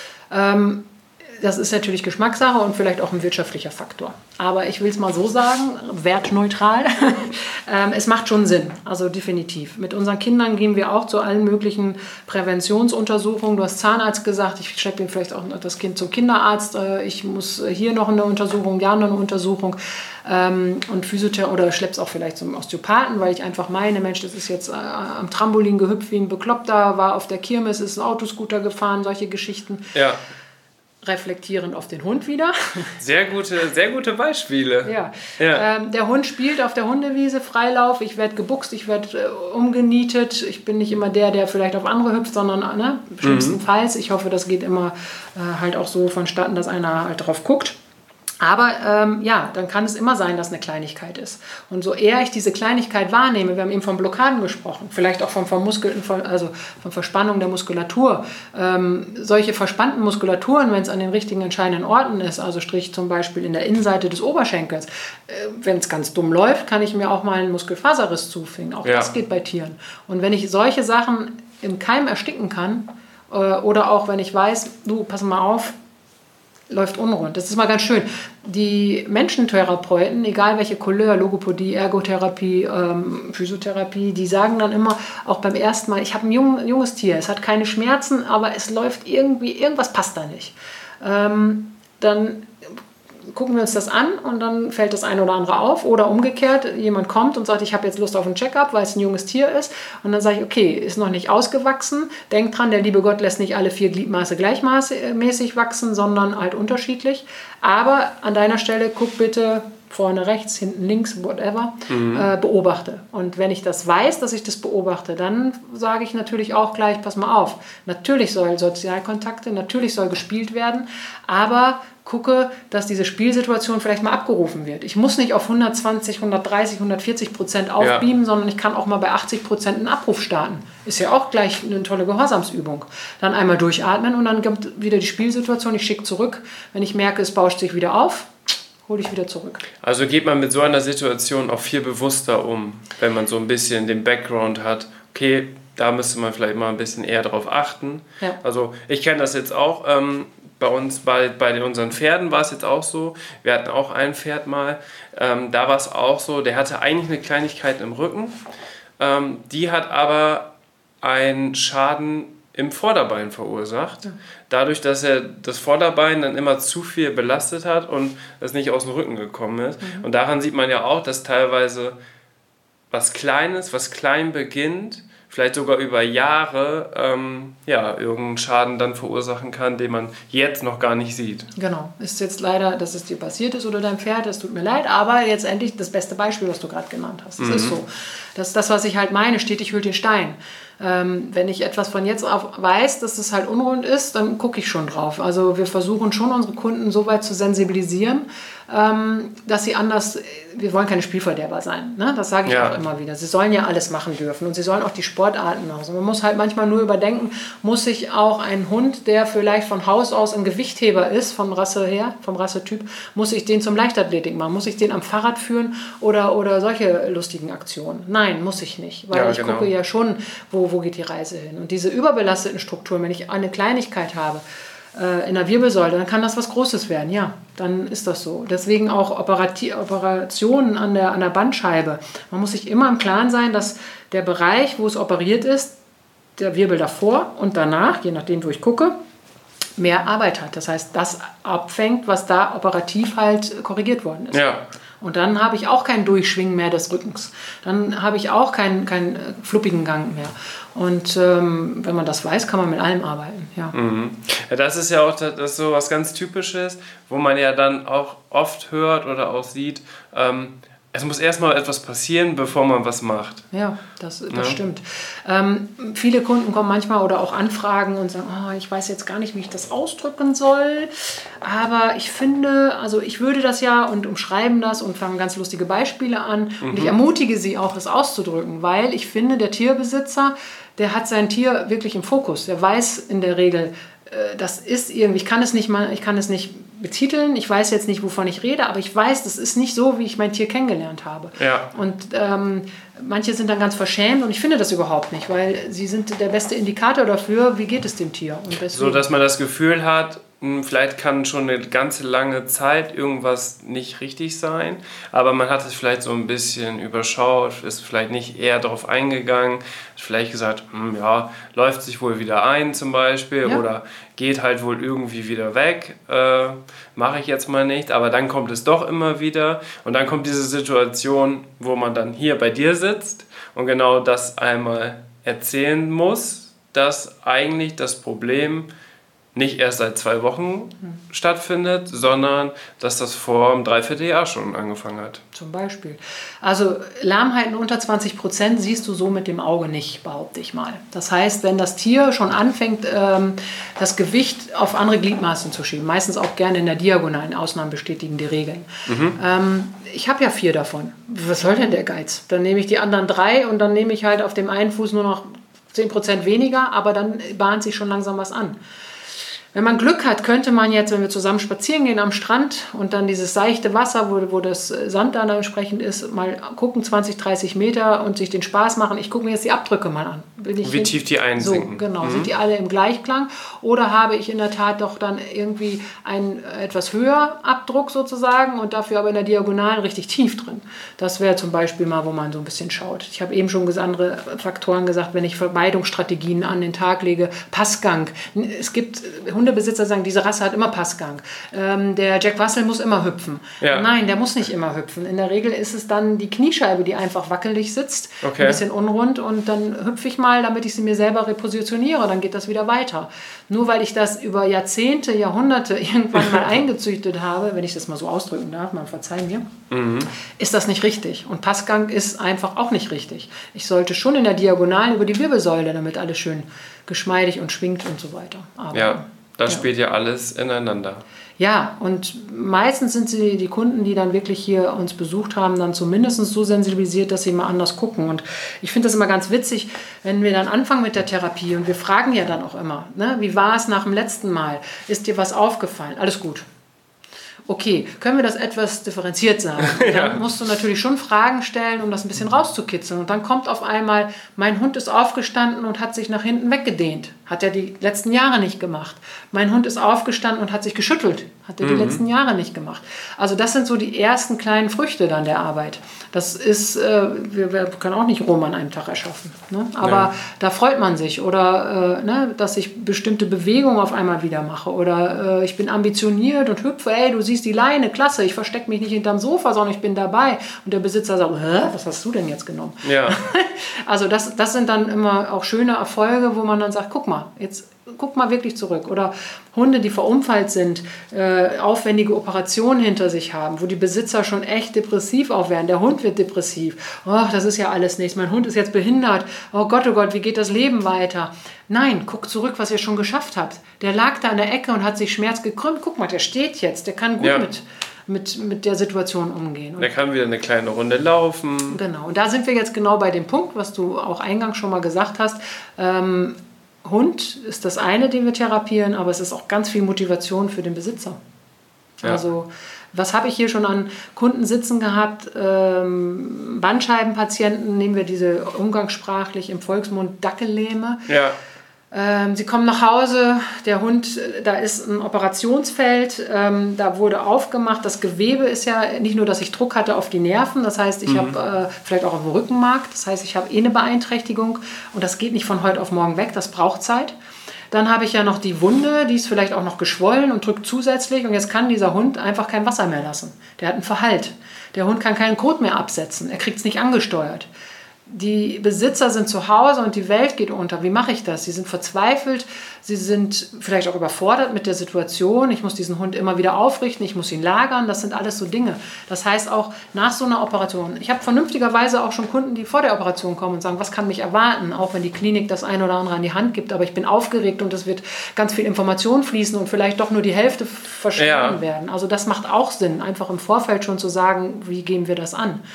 Das ist natürlich Geschmackssache und vielleicht auch ein wirtschaftlicher Faktor. Aber ich will es mal so sagen, wertneutral, es macht schon Sinn, also definitiv. Mit unseren Kindern gehen wir auch zu allen möglichen Präventionsuntersuchungen. Du hast Zahnarzt gesagt, ich schleppe ihm vielleicht auch das Kind zum Kinderarzt, ich muss hier noch eine Untersuchung, noch eine Untersuchung und Physiotherapie oder schlepp's auch vielleicht zum Osteopathen, weil ich einfach meine, Mensch, das ist jetzt am Trampolin gehüpft wie ein Bekloppter, war auf der Kirmes, ist ein Autoscooter gefahren, solche Geschichten. Ja. Reflektierend auf den Hund wieder. Sehr gute Beispiele. Ja. Der Hund spielt auf der Hundewiese, Freilauf, ich werde gebuchst, ich werde umgenietet. Ich bin nicht immer der vielleicht auf andere hüpft, sondern schlimmstenfalls. Ich hoffe, das geht immer halt auch so vonstatten, dass einer halt drauf guckt. Aber dann kann es immer sein, dass eine Kleinigkeit ist. Und so eher ich diese Kleinigkeit wahrnehme, wir haben eben von Blockaden gesprochen, vielleicht auch von Verspannung der Muskulatur. Solche verspannten Muskulaturen, wenn es an den richtigen entscheidenden Orten ist, also Strich zum Beispiel in der Innenseite des Oberschenkels, wenn es ganz dumm läuft, kann ich mir auch mal einen Muskelfaserriss zufügen. Auch das geht bei Tieren. Und wenn ich solche Sachen im Keim ersticken kann, oder auch wenn ich weiß, du, pass mal auf, läuft unrund. Das ist mal ganz schön. Die Menschentherapeuten, egal welche Couleur, Logopädie, Ergotherapie, Physiotherapie, die sagen dann immer, auch beim ersten Mal, ich habe ein junges Tier, es hat keine Schmerzen, aber es läuft irgendwas passt da nicht. Dann gucken wir uns das an und dann fällt das eine oder andere auf. Oder umgekehrt, jemand kommt und sagt, ich habe jetzt Lust auf ein Check-up, weil es ein junges Tier ist. Und dann sage ich, okay, ist noch nicht ausgewachsen. Denk dran, der liebe Gott lässt nicht alle 4 Gliedmaße gleichmäßig wachsen, sondern halt unterschiedlich. Aber an deiner Stelle guck bitte vorne rechts, hinten links, whatever, beobachte. Und wenn ich das weiß, dass ich das beobachte, dann sage ich natürlich auch gleich, pass mal auf, natürlich soll Sozialkontakte, natürlich soll gespielt werden, aber gucke, dass diese Spielsituation vielleicht mal abgerufen wird. Ich muss nicht auf 120, 130, 140% aufbeamen, sondern ich kann auch mal bei 80% einen Abruf starten. Ist ja auch gleich eine tolle Gehorsamsübung. Dann einmal durchatmen und dann kommt wieder die Spielsituation, ich schicke zurück. Wenn ich merke, es bauscht sich wieder auf, hole ich wieder zurück. Also geht man mit so einer Situation auch viel bewusster um, wenn man so ein bisschen den Background hat. Okay, da müsste man vielleicht mal ein bisschen eher drauf achten. Ja. Also ich kenne das jetzt auch. Bei uns, bei unseren Pferden war es jetzt auch so. Wir hatten auch ein Pferd mal. Da war es auch so, der hatte eigentlich eine Kleinigkeit im Rücken. Die hat aber einen Schaden im Vorderbein verursacht. Ja. Dadurch, dass er das Vorderbein dann immer zu viel belastet hat und es nicht aus dem Rücken gekommen ist. Mhm. Und daran sieht man ja auch, dass teilweise was Kleines, was klein beginnt, vielleicht sogar über Jahre irgendeinen Schaden dann verursachen kann, den man jetzt noch gar nicht sieht. Genau. Ist jetzt leider, dass es dir passiert ist oder deinem Pferd, es tut mir leid, aber jetzt endlich das beste Beispiel, was du gerade genannt hast. Das ist so. Das ist das, was ich halt meine, stetig hüllt den Stein. Wenn ich etwas von jetzt auf weiß, dass es halt unrund ist, dann gucke ich schon drauf. Also wir versuchen schon, unsere Kunden so weit zu sensibilisieren, dass sie anders, wir wollen keine Spielverderber sein, ne? Das sage ich auch immer wieder. Sie sollen ja alles machen dürfen und sie sollen auch die Sportarten machen. Also man muss halt manchmal nur überdenken, muss ich auch einen Hund, der vielleicht von Haus aus ein Gewichtheber ist, vom Rassetyp, muss ich den zum Leichtathletik machen? Muss ich den am Fahrrad führen oder solche lustigen Aktionen? Nein, muss ich nicht, weil ich gucke ja schon, wo geht die Reise hin. Und diese überbelasteten Strukturen, wenn ich eine Kleinigkeit habe, in der Wirbelsäule, dann kann das was Großes werden. Ja, dann ist das so. Deswegen auch Operationen an der Bandscheibe. Man muss sich immer im Klaren sein, dass der Bereich, wo es operiert ist, der Wirbel davor und danach, je nachdem, wo ich gucke, mehr Arbeit hat. Das heißt, das abfängt, was da operativ halt korrigiert worden ist. Ja. Und dann habe ich auch kein Durchschwingen mehr des Rückens. Dann habe ich auch keinen fluppigen Gang mehr. Und wenn man das weiß, kann man mit allem arbeiten. Ja. Mhm. Ja, das ist ja auch das so was ganz Typisches, wo man ja dann auch oft hört oder auch sieht, es muss erstmal etwas passieren, bevor man was macht. Ja, das stimmt. Viele Kunden kommen manchmal oder auch Anfragen und sagen, ich weiß jetzt gar nicht, wie ich das ausdrücken soll, aber ich finde, also ich würde das ja und umschreiben das und fangen ganz lustige Beispiele an und ich ermutige sie auch, das auszudrücken, weil ich finde, der Tierbesitzer, der hat sein Tier wirklich im Fokus. Der weiß in der Regel, das ist irgendwie, ich kann es nicht betiteln, ich weiß jetzt nicht, wovon ich rede, aber ich weiß, das ist nicht so, wie ich mein Tier kennengelernt habe. Ja. Und manche sind dann ganz verschämt und ich finde das überhaupt nicht, weil sie sind der beste Indikator dafür, wie geht es dem Tier. Und so, dass man das Gefühl hat, vielleicht kann schon eine ganze lange Zeit irgendwas nicht richtig sein, aber man hat es vielleicht so ein bisschen überschaut, ist vielleicht nicht eher darauf eingegangen, vielleicht gesagt, läuft sich wohl wieder ein zum Beispiel oder geht halt wohl irgendwie wieder weg, mache ich jetzt mal nicht, aber dann kommt es doch immer wieder und dann kommt diese Situation, wo man dann hier bei dir sitzt und genau das einmal erzählen muss, dass eigentlich das Problem nicht erst seit 2 Wochen stattfindet, sondern dass das vor einem Dreivierteljahr schon angefangen hat. Zum Beispiel. Also Lahmheiten unter 20% siehst du so mit dem Auge nicht, behaupte ich mal. Das heißt, wenn das Tier schon anfängt, das Gewicht auf andere Gliedmaßen zu schieben, meistens auch gerne in der Diagonalen, Ausnahmen bestätigen die Regeln. Ich habe ja 4 davon. Was soll denn der Geiz? Dann nehme ich die anderen 3 und dann nehme ich halt auf dem einen Fuß nur noch 10% weniger, aber dann bahnt sich schon langsam was an. Wenn man Glück hat, könnte man jetzt, wenn wir zusammen spazieren gehen am Strand und dann dieses seichte Wasser, wo das Sand dann entsprechend ist, mal gucken, 20, 30 Meter und sich den Spaß machen. Ich gucke mir jetzt die Abdrücke mal an. Wie tief die einsinken. So, genau. Sind die alle im Gleichklang? Oder habe ich in der Tat doch dann irgendwie einen etwas höher Abdruck sozusagen und dafür aber in der Diagonalen richtig tief drin? Das wäre zum Beispiel mal, wo man so ein bisschen schaut. Ich habe eben schon andere Faktoren gesagt, wenn ich Vermeidungsstrategien an den Tag lege. Passgang. Es gibt Hundebesitzer, die sagen, diese Rasse hat immer Passgang. Der Jack Russell muss immer hüpfen. Ja. Nein, der muss nicht immer hüpfen. In der Regel ist es dann die Kniescheibe, die einfach wackelig sitzt, ein bisschen unrund und dann hüpfe ich mal, damit ich sie mir selber repositioniere, dann geht das wieder weiter. Nur weil ich das über Jahrzehnte, Jahrhunderte irgendwann mal eingezüchtet habe, wenn ich das mal so ausdrücken darf, man verzeiht mir, ist das nicht richtig. Und Passgang ist einfach auch nicht richtig. Ich sollte schon in der Diagonalen über die Wirbelsäule, damit alles schön geschmeidig und schwingt und so weiter. Aber, das spielt ja alles ineinander. Ja, und meistens sind die Kunden, die dann wirklich hier uns besucht haben, dann zumindest so sensibilisiert, dass sie mal anders gucken. Und ich finde das immer ganz witzig, wenn wir dann anfangen mit der Therapie und wir fragen ja dann auch immer, ne, wie war es nach dem letzten Mal? Ist dir was aufgefallen? Alles gut. Okay, können wir das etwas differenziert sagen? Dann musst du natürlich schon Fragen stellen, um das ein bisschen rauszukitzeln. Und dann kommt auf einmal, mein Hund ist aufgestanden und hat sich nach hinten weggedehnt. Hat er die letzten Jahre nicht gemacht. Mein Hund ist aufgestanden und hat sich geschüttelt. Hat er die letzten Jahre nicht gemacht. Also das sind so die ersten kleinen Früchte dann der Arbeit. Das ist, wir können auch nicht Rom an einem Tag erschaffen. Ne? Aber da freut man sich. Oder dass ich bestimmte Bewegungen auf einmal wieder mache. Oder ich bin ambitioniert und hüpfe. Ey, du siehst die Leine, klasse. Ich verstecke mich nicht hinterm Sofa, sondern ich bin dabei. Und der Besitzer sagt, was hast du denn jetzt genommen? Ja. Also das sind dann immer auch schöne Erfolge, wo man dann sagt, guck mal wirklich zurück. Oder Hunde, die verunfallt sind, aufwendige Operationen hinter sich haben, wo die Besitzer schon echt depressiv auch werden. Der Hund wird depressiv. Oh, das ist ja alles nichts. Mein Hund ist jetzt behindert. Oh Gott, wie geht das Leben weiter? Nein, guck zurück, was ihr schon geschafft habt. Der lag da in der Ecke und hat sich schmerzgekrümmt. Guck mal, der steht jetzt. Der kann gut mit der Situation umgehen. Der kann wieder eine kleine Runde laufen. Genau. Und da sind wir jetzt genau bei dem Punkt, was du auch eingangs schon mal gesagt hast. Hund ist das eine, den wir therapieren, aber es ist auch ganz viel Motivation für den Besitzer. Ja. Also was habe ich hier schon an Kunden sitzen gehabt? Bandscheibenpatienten, nehmen wir diese umgangssprachlich im Volksmund Dackellähme. Ja. Sie kommen nach Hause, der Hund, da ist ein Operationsfeld, da wurde aufgemacht. Das Gewebe ist ja nicht nur, dass ich Druck hatte auf die Nerven, das heißt, ich habe vielleicht auch auf dem Rückenmark, das heißt, ich habe eine Beeinträchtigung und das geht nicht von heute auf morgen weg, das braucht Zeit. Dann habe ich ja noch die Wunde, die ist vielleicht auch noch geschwollen und drückt zusätzlich und jetzt kann dieser Hund einfach kein Wasser mehr lassen. Der hat einen Verhalt. Der Hund kann keinen Kot mehr absetzen, er kriegt es nicht angesteuert. Die Besitzer sind zu Hause und die Welt geht unter. Wie mache ich das? Sie sind verzweifelt, sie sind vielleicht auch überfordert mit der Situation. Ich muss diesen Hund immer wieder aufrichten, ich muss ihn lagern. Das sind alles so Dinge. Das heißt auch nach so einer Operation. Ich habe vernünftigerweise auch schon Kunden, die vor der Operation kommen und sagen, was kann mich erwarten? Auch wenn die Klinik das eine oder andere an die Hand gibt. Aber ich bin aufgeregt und es wird ganz viel Information fließen und vielleicht doch nur die Hälfte verstanden werden. Also das macht auch Sinn, einfach im Vorfeld schon zu sagen, wie gehen wir das an?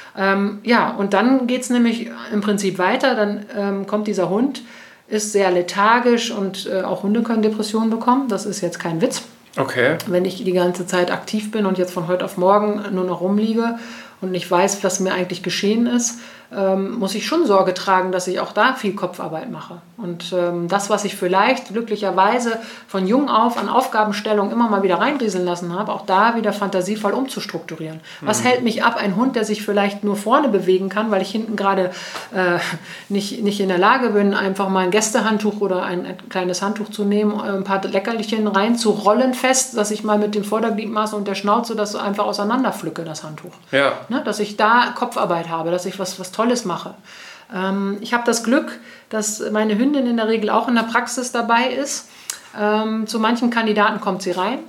Und dann geht es nämlich im Prinzip weiter, dann kommt dieser Hund, ist sehr lethargisch und auch Hunde können Depressionen bekommen, das ist jetzt kein Witz. Okay. Wenn ich die ganze Zeit aktiv bin und jetzt von heute auf morgen nur noch rumliege und nicht weiß, was mir eigentlich geschehen ist, muss ich schon Sorge tragen, dass ich auch da viel Kopfarbeit mache. Und das, was ich vielleicht glücklicherweise von jung auf an Aufgabenstellung immer mal wieder reinrieseln lassen habe, auch da wieder fantasievoll umzustrukturieren. Was hält mich ab? Ein Hund, der sich vielleicht nur vorne bewegen kann, weil ich hinten gerade nicht in der Lage bin, einfach mal ein Gästehandtuch oder ein kleines Handtuch zu nehmen, ein paar Leckerchen reinzurollen fest, dass ich mal mit dem Vordergliedmaß und der Schnauze das so einfach auseinanderpflücke, das Handtuch. Ja. Ne? Dass ich da Kopfarbeit habe, dass ich was Tolles mache. Ich habe das Glück, dass meine Hündin in der Regel auch in der Praxis dabei ist. Zu manchen Kandidaten kommt sie rein.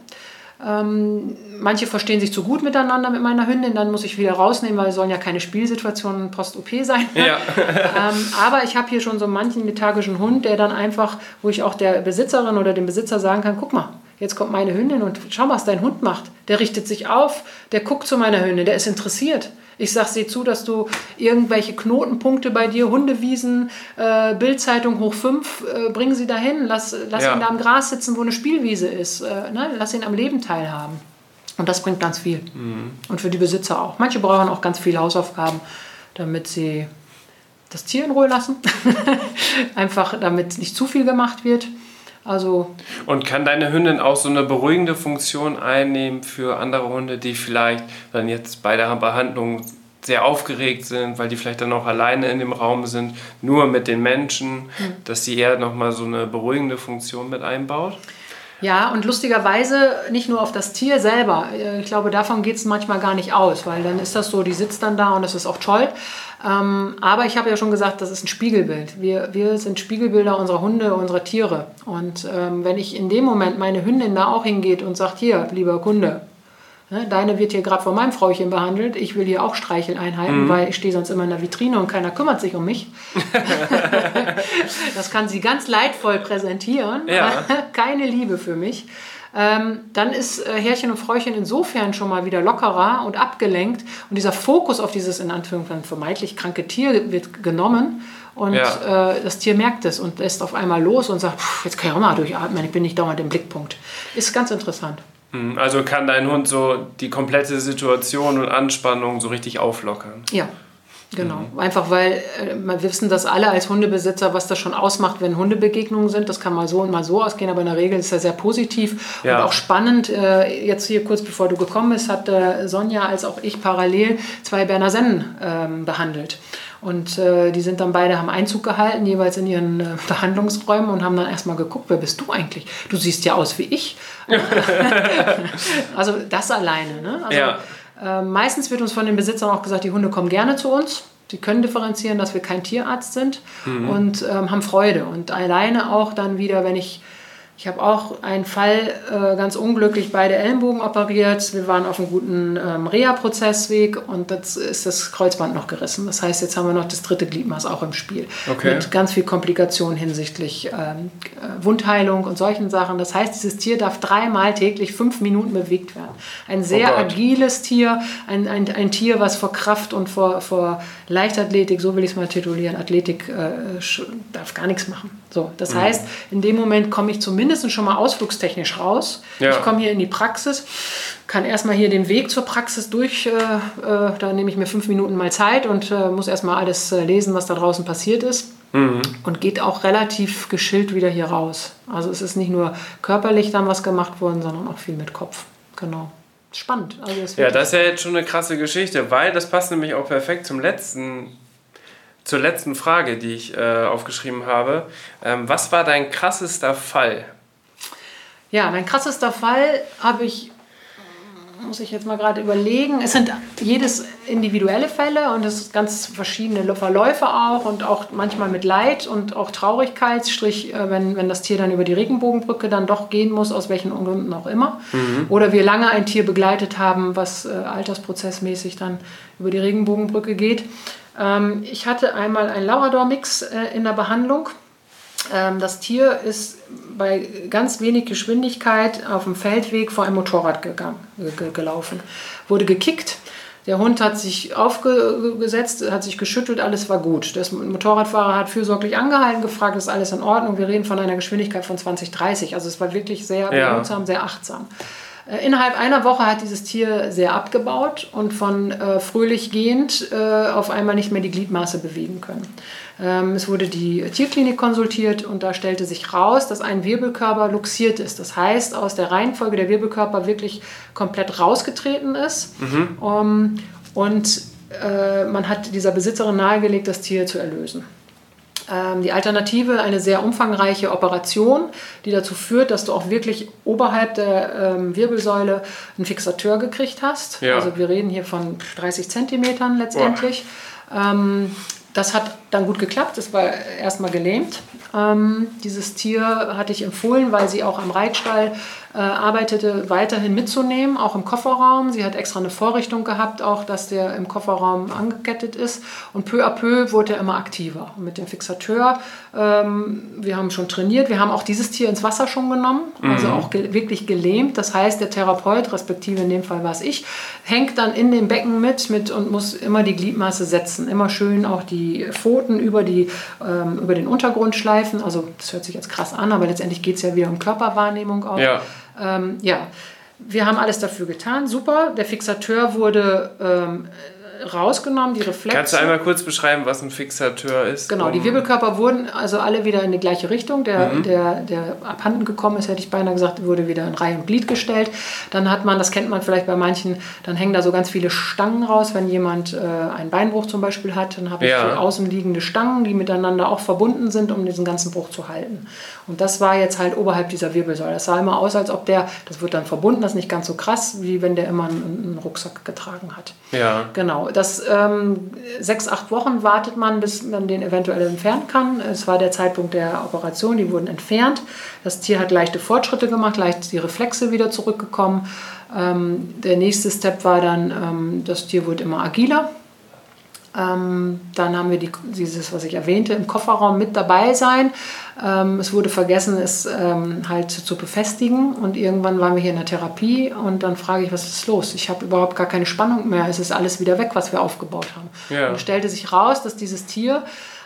Manche verstehen sich zu gut miteinander mit meiner Hündin, dann muss ich wieder rausnehmen, weil es sollen ja keine Spielsituationen post-OP sein. Ja. Aber ich habe hier schon so manchen lethargischen Hund, der dann einfach, wo ich auch der Besitzerin oder dem Besitzer sagen kann, guck mal, jetzt kommt meine Hündin und schau mal, was dein Hund macht. Der richtet sich auf, der guckt zu meiner Hündin, der ist interessiert. Ich sage, sieh zu, dass du irgendwelche Knotenpunkte bei dir, Hundewiesen, Bildzeitung hoch 5, bring sie dahin, lass ihn da am Gras sitzen, wo eine Spielwiese ist. Lass ihn am Leben teilhaben. Und das bringt ganz viel. Mhm. Und für die Besitzer auch. Manche brauchen auch ganz viele Hausaufgaben, damit sie das Tier in Ruhe lassen. Einfach, damit nicht zu viel gemacht wird. Also, und kann deine Hündin auch so eine beruhigende Funktion einnehmen für andere Hunde, die vielleicht dann jetzt bei der Behandlung sehr aufgeregt sind, weil die vielleicht dann auch alleine in dem Raum sind, nur mit den Menschen, dass sie eher nochmal so eine beruhigende Funktion mit einbaut? Ja, und lustigerweise nicht nur auf das Tier selber. Ich glaube, davon geht es manchmal gar nicht aus, weil dann ist das so, die sitzt dann da und das ist auch toll. Aber ich habe ja schon gesagt, das ist ein Spiegelbild. Wir sind Spiegelbilder unserer Hunde, unserer Tiere. Und wenn ich in dem Moment meine Hündin da auch hingeht und sagt, hier, lieber Kunde, deine wird hier gerade von meinem Frauchen behandelt, ich will hier auch Streicheleinheiten, weil ich stehe sonst immer in der Vitrine und keiner kümmert sich um mich. Das kann sie ganz leidvoll präsentieren, keine Liebe für mich. Dann ist Herrchen und Fräuchen insofern schon mal wieder lockerer und abgelenkt und dieser Fokus auf dieses in Anführungszeichen vermeintlich kranke Tier wird genommen und das Tier merkt es und lässt auf einmal los und sagt, jetzt kann ich auch mal durchatmen, ich bin nicht dauernd im Blickpunkt. Ist ganz interessant. Also kann dein Hund so die komplette Situation und Anspannung so richtig auflockern? Ja. Genau, einfach weil wir wissen das alle als Hundebesitzer, was das schon ausmacht, wenn Hundebegegnungen sind. Das kann mal so und mal so ausgehen, aber in der Regel ist das sehr positiv und auch spannend. Jetzt hier kurz bevor du gekommen bist, hat Sonja als auch ich parallel 2 Berner Sennen behandelt. Und die sind dann beide, haben Einzug gehalten, jeweils in ihren Behandlungsräumen und haben dann erstmal geguckt, wer bist du eigentlich? Du siehst ja aus wie ich. Also das alleine, ne? Also, meistens wird uns von den Besitzern auch gesagt, die Hunde kommen gerne zu uns. Sie können differenzieren, dass wir kein Tierarzt sind und haben Freude. Und alleine auch dann wieder, wenn ich habe auch einen Fall, ganz unglücklich, beide Ellenbogen operiert. Wir waren auf einem guten Reha-Prozessweg und das ist das Kreuzband noch gerissen. Das heißt, jetzt haben wir noch das 3. Gliedmaß auch im Spiel. Okay. Mit ganz viel Komplikationen hinsichtlich Wundheilung und solchen Sachen. Das heißt, dieses Tier darf 3-mal täglich 5 Minuten bewegt werden. Ein sehr agiles Tier, ein Tier, was vor Kraft und vor Leichtathletik, so will ich es mal titulieren, Athletik darf gar nichts machen. So, das heißt, in dem Moment komme ich zumindest schon mal ausflugstechnisch raus. Ja. Ich komme hier in die Praxis, kann erstmal hier den Weg zur Praxis durch, da nehme ich mir 5 Minuten mal Zeit und muss erstmal alles lesen, was da draußen passiert ist. Und geht auch relativ geschillt wieder hier raus. Also es ist nicht nur körperlich dann was gemacht worden, sondern auch viel mit Kopf. Genau. Spannend. Also das ist ja jetzt schon eine krasse Geschichte, weil das passt nämlich auch perfekt zur letzten Frage, die ich aufgeschrieben habe. Was war dein krassester Fall? Ja, mein krassester Fall muss ich jetzt mal gerade überlegen. Es sind jedes individuelle Fälle und es sind ganz verschiedene Verläufe auch und auch manchmal mit Leid und auch Traurigkeit, wenn das Tier dann über die Regenbogenbrücke dann doch gehen muss, aus welchen Gründen auch immer. Oder wir lange ein Tier begleitet haben, was altersprozessmäßig dann über die Regenbogenbrücke geht. Ich hatte einmal einen Labrador-Mix in der Behandlung. Das Tier ist bei ganz wenig Geschwindigkeit auf dem Feldweg vor einem Motorrad gelaufen. Wurde gekickt. Der Hund hat sich aufgesetzt, hat sich geschüttelt, alles war gut. Der Motorradfahrer hat fürsorglich angehalten, gefragt, ist alles in Ordnung? Wir reden von einer Geschwindigkeit von 20, 30. Also es war wirklich sehr behutsam, sehr achtsam. Innerhalb einer Woche hat dieses Tier sehr abgebaut und von fröhlich gehend auf einmal nicht mehr die Gliedmaße bewegen können. Es wurde die Tierklinik konsultiert und da stellte sich raus, dass ein Wirbelkörper luxiert ist. Das heißt, aus der Reihenfolge der Wirbelkörper wirklich komplett rausgetreten ist. Und man hat dieser Besitzerin nahegelegt, das Tier zu erlösen. Die Alternative, eine sehr umfangreiche Operation, die dazu führt, dass du auch wirklich oberhalb der Wirbelsäule einen Fixateur gekriegt hast. Ja. Also wir reden hier von 30 Zentimetern letztendlich. Das hat dann gut geklappt, es war erstmal gelähmt. Dieses Tier hatte ich empfohlen, weil sie auch am Reitstall arbeitete, weiterhin mitzunehmen, auch im Kofferraum. Sie hat extra eine Vorrichtung gehabt, auch dass der im Kofferraum angekettet ist. Und peu à peu wurde er immer aktiver. Und mit dem Fixateur, wir haben schon trainiert, wir haben auch dieses Tier ins Wasser schon genommen, also auch wirklich gelähmt. Das heißt, der Therapeut, respektive in dem Fall war es ich, hängt dann in dem Becken mit und muss immer die Gliedmaße setzen. Immer schön auch die Pfoten über den Untergrund schleifen. Also das hört sich jetzt krass an, aber letztendlich geht es ja wieder um Körperwahrnehmung auch. Ja. Wir haben alles dafür getan. Super, der Fixateur wurde rausgenommen, die Reflexe. Kannst du einmal kurz beschreiben, was ein Fixateur ist? Genau, die Wirbelkörper wurden also alle wieder in die gleiche Richtung. Der abhanden gekommen ist, hätte ich beinahe gesagt, wurde wieder in Reihe und Glied gestellt. Dann hat man, das kennt man vielleicht bei manchen, dann hängen da so ganz viele Stangen raus. Wenn jemand einen Beinbruch zum Beispiel hat, dann habe ich so außenliegende Stangen, die miteinander auch verbunden sind, um diesen ganzen Bruch zu halten. Und das war jetzt halt oberhalb dieser Wirbelsäule. Das sah immer aus, als ob das wird dann verbunden, das ist nicht ganz so krass, wie wenn der immer einen Rucksack getragen hat. Ja. Genau. 6-8 Wochen wartet man, bis man den eventuell entfernen kann. Es war der Zeitpunkt der Operation, die wurden entfernt. Das Tier hat leichte Fortschritte gemacht, leicht die Reflexe wieder zurückgekommen. Der nächste Step war dann, das Tier wurde immer agiler. Dann haben wir dieses, was ich erwähnte, im Kofferraum mit dabei sein. Es wurde vergessen, es halt zu befestigen und irgendwann waren wir hier in der Therapie und dann frage ich, was ist los? Ich habe überhaupt gar keine Spannung mehr, es ist alles wieder weg, was wir aufgebaut haben. Ja. Und stellte sich raus, dass dieses Tier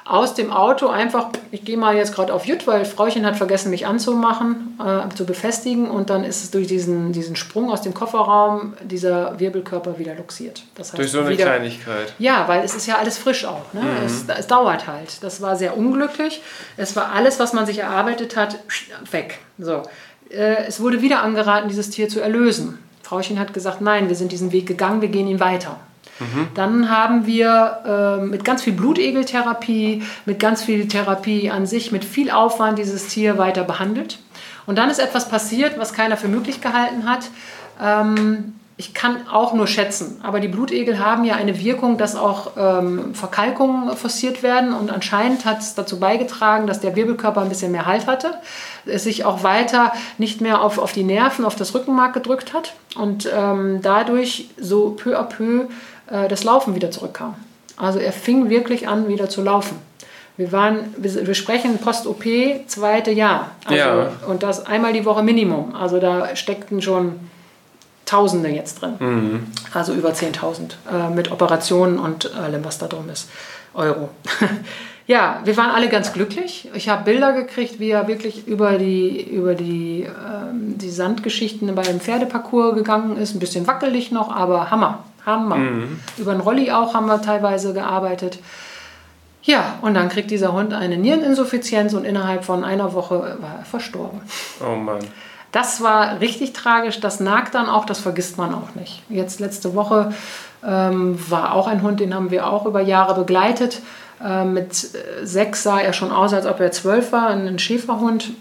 aus dem Auto einfach, ich gehe mal jetzt gerade auf Jüt, weil Frauchen hat vergessen, mich anzumachen, zu befestigen und dann ist es durch diesen Sprung aus dem Kofferraum dieser Wirbelkörper wieder luxiert. Das heißt, durch so eine Kleinigkeit. Ja, weil es ist ja alles frisch auch. Ne? Es dauert halt. Das war sehr unglücklich. Es war alles, was man sich erarbeitet hat, weg. So. Es wurde wieder angeraten, dieses Tier zu erlösen. Frauchen hat gesagt, nein, wir sind diesen Weg gegangen, wir gehen ihn weiter. Dann haben wir mit ganz viel Blutegeltherapie, mit ganz viel Therapie an sich, mit viel Aufwand dieses Tier weiter behandelt. Und dann ist etwas passiert, was keiner für möglich gehalten hat. Ich kann auch nur schätzen, aber die Blutegel haben ja eine Wirkung, dass auch Verkalkungen forciert werden. Und anscheinend hat es dazu beigetragen, dass der Wirbelkörper ein bisschen mehr Halt hatte, es sich auch weiter nicht mehr auf die Nerven, auf das Rückenmark gedrückt hat und dadurch so peu à peu das Laufen wieder zurückkam. Also er fing wirklich an, wieder zu laufen. Wir sprechen Post-OP, 2. Jahr. Also, und das einmal die Woche Minimum. Also da steckten schon Tausende jetzt drin. Also über 10.000 mit Operationen und allem, was da drum ist. Euro. Ja, wir waren alle ganz glücklich. Ich habe Bilder gekriegt, wie er wirklich über die Sandgeschichten beim Pferdeparcours gegangen ist. Ein bisschen wackelig noch, aber Hammer. Über einen Rolli auch haben wir teilweise gearbeitet. Ja, und dann kriegt dieser Hund eine Niereninsuffizienz und innerhalb von einer Woche war er verstorben. Oh Mann. Das war richtig tragisch, das nagt dann auch, das vergisst man auch nicht. Jetzt letzte Woche war auch ein Hund, den haben wir auch über Jahre begleitet. Mit 6 sah er schon aus, als ob er 12 war, ein Schäferhund.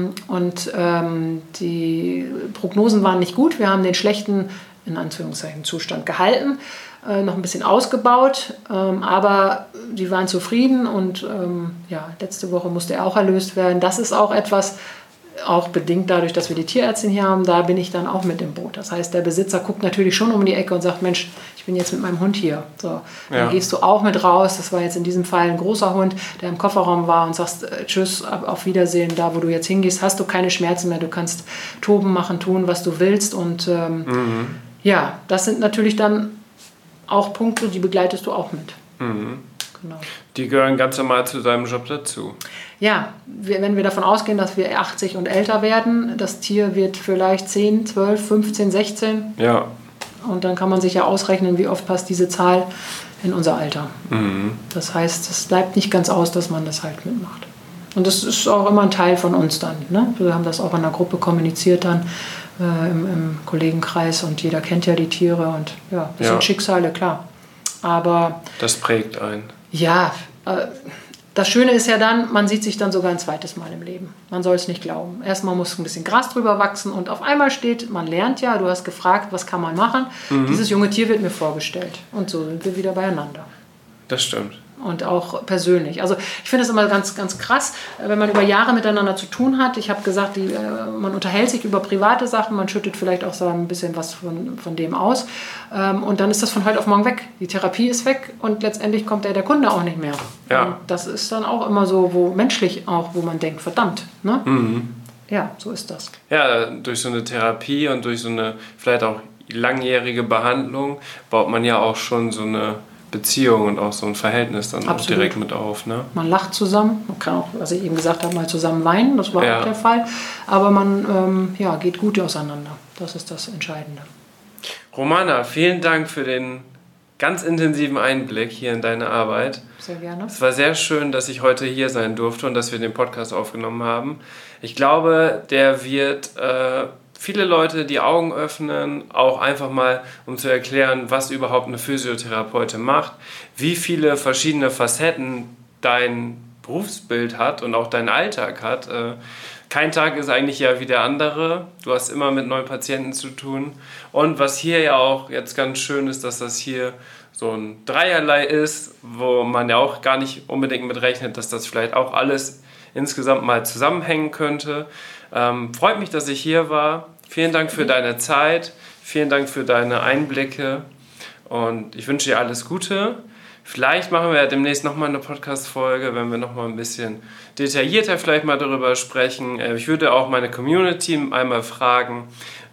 Die Prognosen waren nicht gut. Wir haben den schlechten, in Anführungszeichen, Zustand gehalten, noch ein bisschen ausgebaut, aber die waren zufrieden und letzte Woche musste er auch erlöst werden. Das ist auch etwas, auch bedingt dadurch, dass wir die Tierärztin hier haben, da bin ich dann auch mit im Boot. Das heißt, der Besitzer guckt natürlich schon um die Ecke und sagt, Mensch, ich bin jetzt mit meinem Hund hier. So, dann gehst du auch mit raus. Das war jetzt in diesem Fall ein großer Hund, der im Kofferraum war und sagst, tschüss, auf Wiedersehen, da wo du jetzt hingehst, hast du keine Schmerzen mehr. Du kannst toben, machen, tun, was du willst. Und das sind natürlich dann auch Punkte, die begleitest du auch mit. Genau. Die gehören ganz normal zu deinem Job dazu. Ja, wenn wir davon ausgehen, dass wir 80 und älter werden, das Tier wird vielleicht 10, 12, 15, 16. Ja. Und dann kann man sich ja ausrechnen, wie oft passt diese Zahl in unser Alter. Das heißt, es bleibt nicht ganz aus, dass man das halt mitmacht. Und das ist auch immer ein Teil von uns dann. Ne? Wir haben das auch in der Gruppe kommuniziert dann im Kollegenkreis und jeder kennt ja die Tiere und ja, das sind Schicksale, klar. Aber das prägt einen. Ja, das Schöne ist ja dann, man sieht sich dann sogar ein zweites Mal im Leben. Man soll es nicht glauben. Erstmal muss ein bisschen Gras drüber wachsen und auf einmal steht, man lernt ja, du hast gefragt, was kann man machen? Dieses junge Tier wird mir vorgestellt und so sind wir wieder beieinander. Das stimmt. Und auch persönlich. Also ich finde es immer ganz, ganz krass, wenn man über Jahre miteinander zu tun hat. Ich habe gesagt, man unterhält sich über private Sachen, man schüttet vielleicht auch so ein bisschen was von dem aus. Und dann ist das von heute auf morgen weg. Die Therapie ist weg und letztendlich kommt der Kunde auch nicht mehr. Ja. Und das ist dann auch immer so, wo menschlich auch, wo man denkt, verdammt. Ne? Ja, so ist das. Ja, durch so eine Therapie und durch so eine vielleicht auch langjährige Behandlung baut man ja auch schon so eine Beziehung und auch so ein Verhältnis dann auch direkt mit auf. Ne? Man lacht zusammen, man kann auch, was ich eben gesagt habe, mal zusammen weinen, das war auch der Fall. Aber man geht gut auseinander, das ist das Entscheidende. Romana, vielen Dank für den ganz intensiven Einblick hier in deine Arbeit. Sehr gerne. Es war sehr schön, dass ich heute hier sein durfte und dass wir den Podcast aufgenommen haben. Ich glaube, der wird viele Leute die Augen öffnen, auch einfach mal, um zu erklären, was überhaupt eine Physiotherapeutin macht, wie viele verschiedene Facetten dein Berufsbild hat und auch dein Alltag hat. Kein Tag ist eigentlich ja wie der andere. Du hast immer mit neuen Patienten zu tun. Und was hier ja auch jetzt ganz schön ist, dass das hier so ein Dreierlei ist, wo man ja auch gar nicht unbedingt mit rechnet, dass das vielleicht auch alles insgesamt mal zusammenhängen könnte. Freut mich, dass ich hier war. Vielen Dank für deine Zeit. Vielen Dank für deine Einblicke. Und ich wünsche dir alles Gute. Vielleicht machen wir ja demnächst nochmal eine Podcast-Folge, wenn wir nochmal ein bisschen detaillierter vielleicht mal darüber sprechen. Ich würde auch meine Community einmal fragen,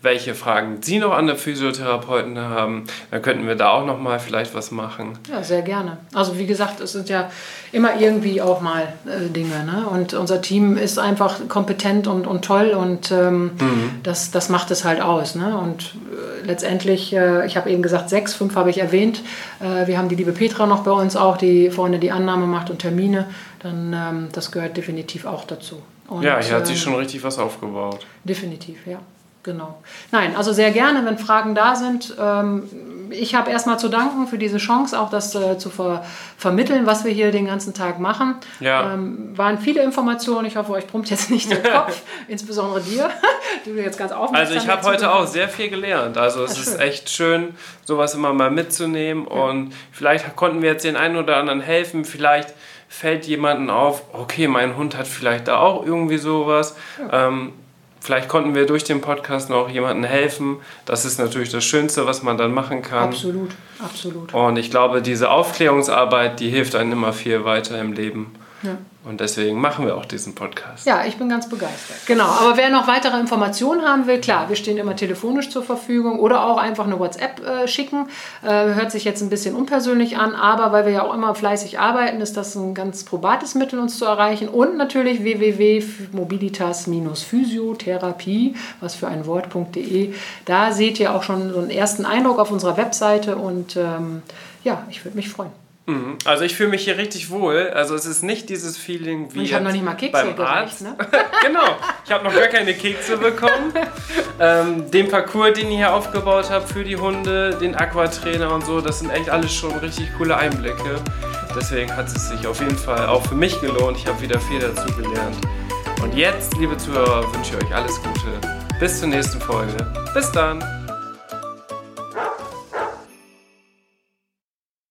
welche Fragen Sie noch an der Physiotherapeuten haben. Dann könnten wir da auch nochmal vielleicht was machen. Ja, sehr gerne. Also wie gesagt, es sind ja immer irgendwie auch mal Dinge. Ne? Und unser Team ist einfach kompetent und toll und das macht es halt aus. Ne? Und letztendlich, ich habe eben gesagt 6, 5 habe ich erwähnt. Wir haben die liebe Petra noch bei uns auch, die vorne die Annahme macht und Termine. Dann das gehört definitiv auch dazu. Und, ja, hier hat sich schon richtig was aufgebaut. Definitiv, ja. Genau. Nein, also sehr gerne, wenn Fragen da sind. Ich habe erstmal zu danken für diese Chance, auch das zu vermitteln, was wir hier den ganzen Tag machen. Ja. Waren viele Informationen. Ich hoffe, euch brummt jetzt nicht der Kopf, insbesondere dir, du jetzt ganz aufmerksam. Also ich habe heute auch sehr viel gelernt. Also es ist echt schön, sowas immer mal mitzunehmen. Ja. Und vielleicht konnten wir jetzt den einen oder anderen helfen. Vielleicht fällt jemandem auf, okay, mein Hund hat vielleicht da auch irgendwie sowas. Ja. Vielleicht konnten wir durch den Podcast noch jemandem helfen. Das ist natürlich das Schönste, was man dann machen kann. Absolut, absolut. Und ich glaube, diese Aufklärungsarbeit, die hilft einem immer viel weiter im Leben. Ja. Und deswegen machen wir auch diesen Podcast. Ja, ich bin ganz begeistert. Genau, aber wer noch weitere Informationen haben will, klar, wir stehen immer telefonisch zur Verfügung oder auch einfach eine WhatsApp schicken. Hört sich jetzt ein bisschen unpersönlich an, aber weil wir ja auch immer fleißig arbeiten, ist das ein ganz probates Mittel, uns zu erreichen. Und natürlich www.mobilitas-physiotherapie, was für ein Wort.de. Da seht ihr auch schon so einen ersten Eindruck auf unserer Webseite und ja, ich würde mich freuen. Also ich fühle mich hier richtig wohl. Also es ist nicht dieses Feeling wie ich habe noch nicht mal Kekse gereicht, ne? Genau, ich habe noch gar keine Kekse bekommen. Den Parcours, den ihr hier aufgebaut habt für die Hunde, den Aquatrainer und so, das sind echt alles schon richtig coole Einblicke. Deswegen hat es sich auf jeden Fall auch für mich gelohnt. Ich habe wieder viel dazu gelernt. Und jetzt, liebe Zuhörer, wünsche ich euch alles Gute. Bis zur nächsten Folge. Bis dann!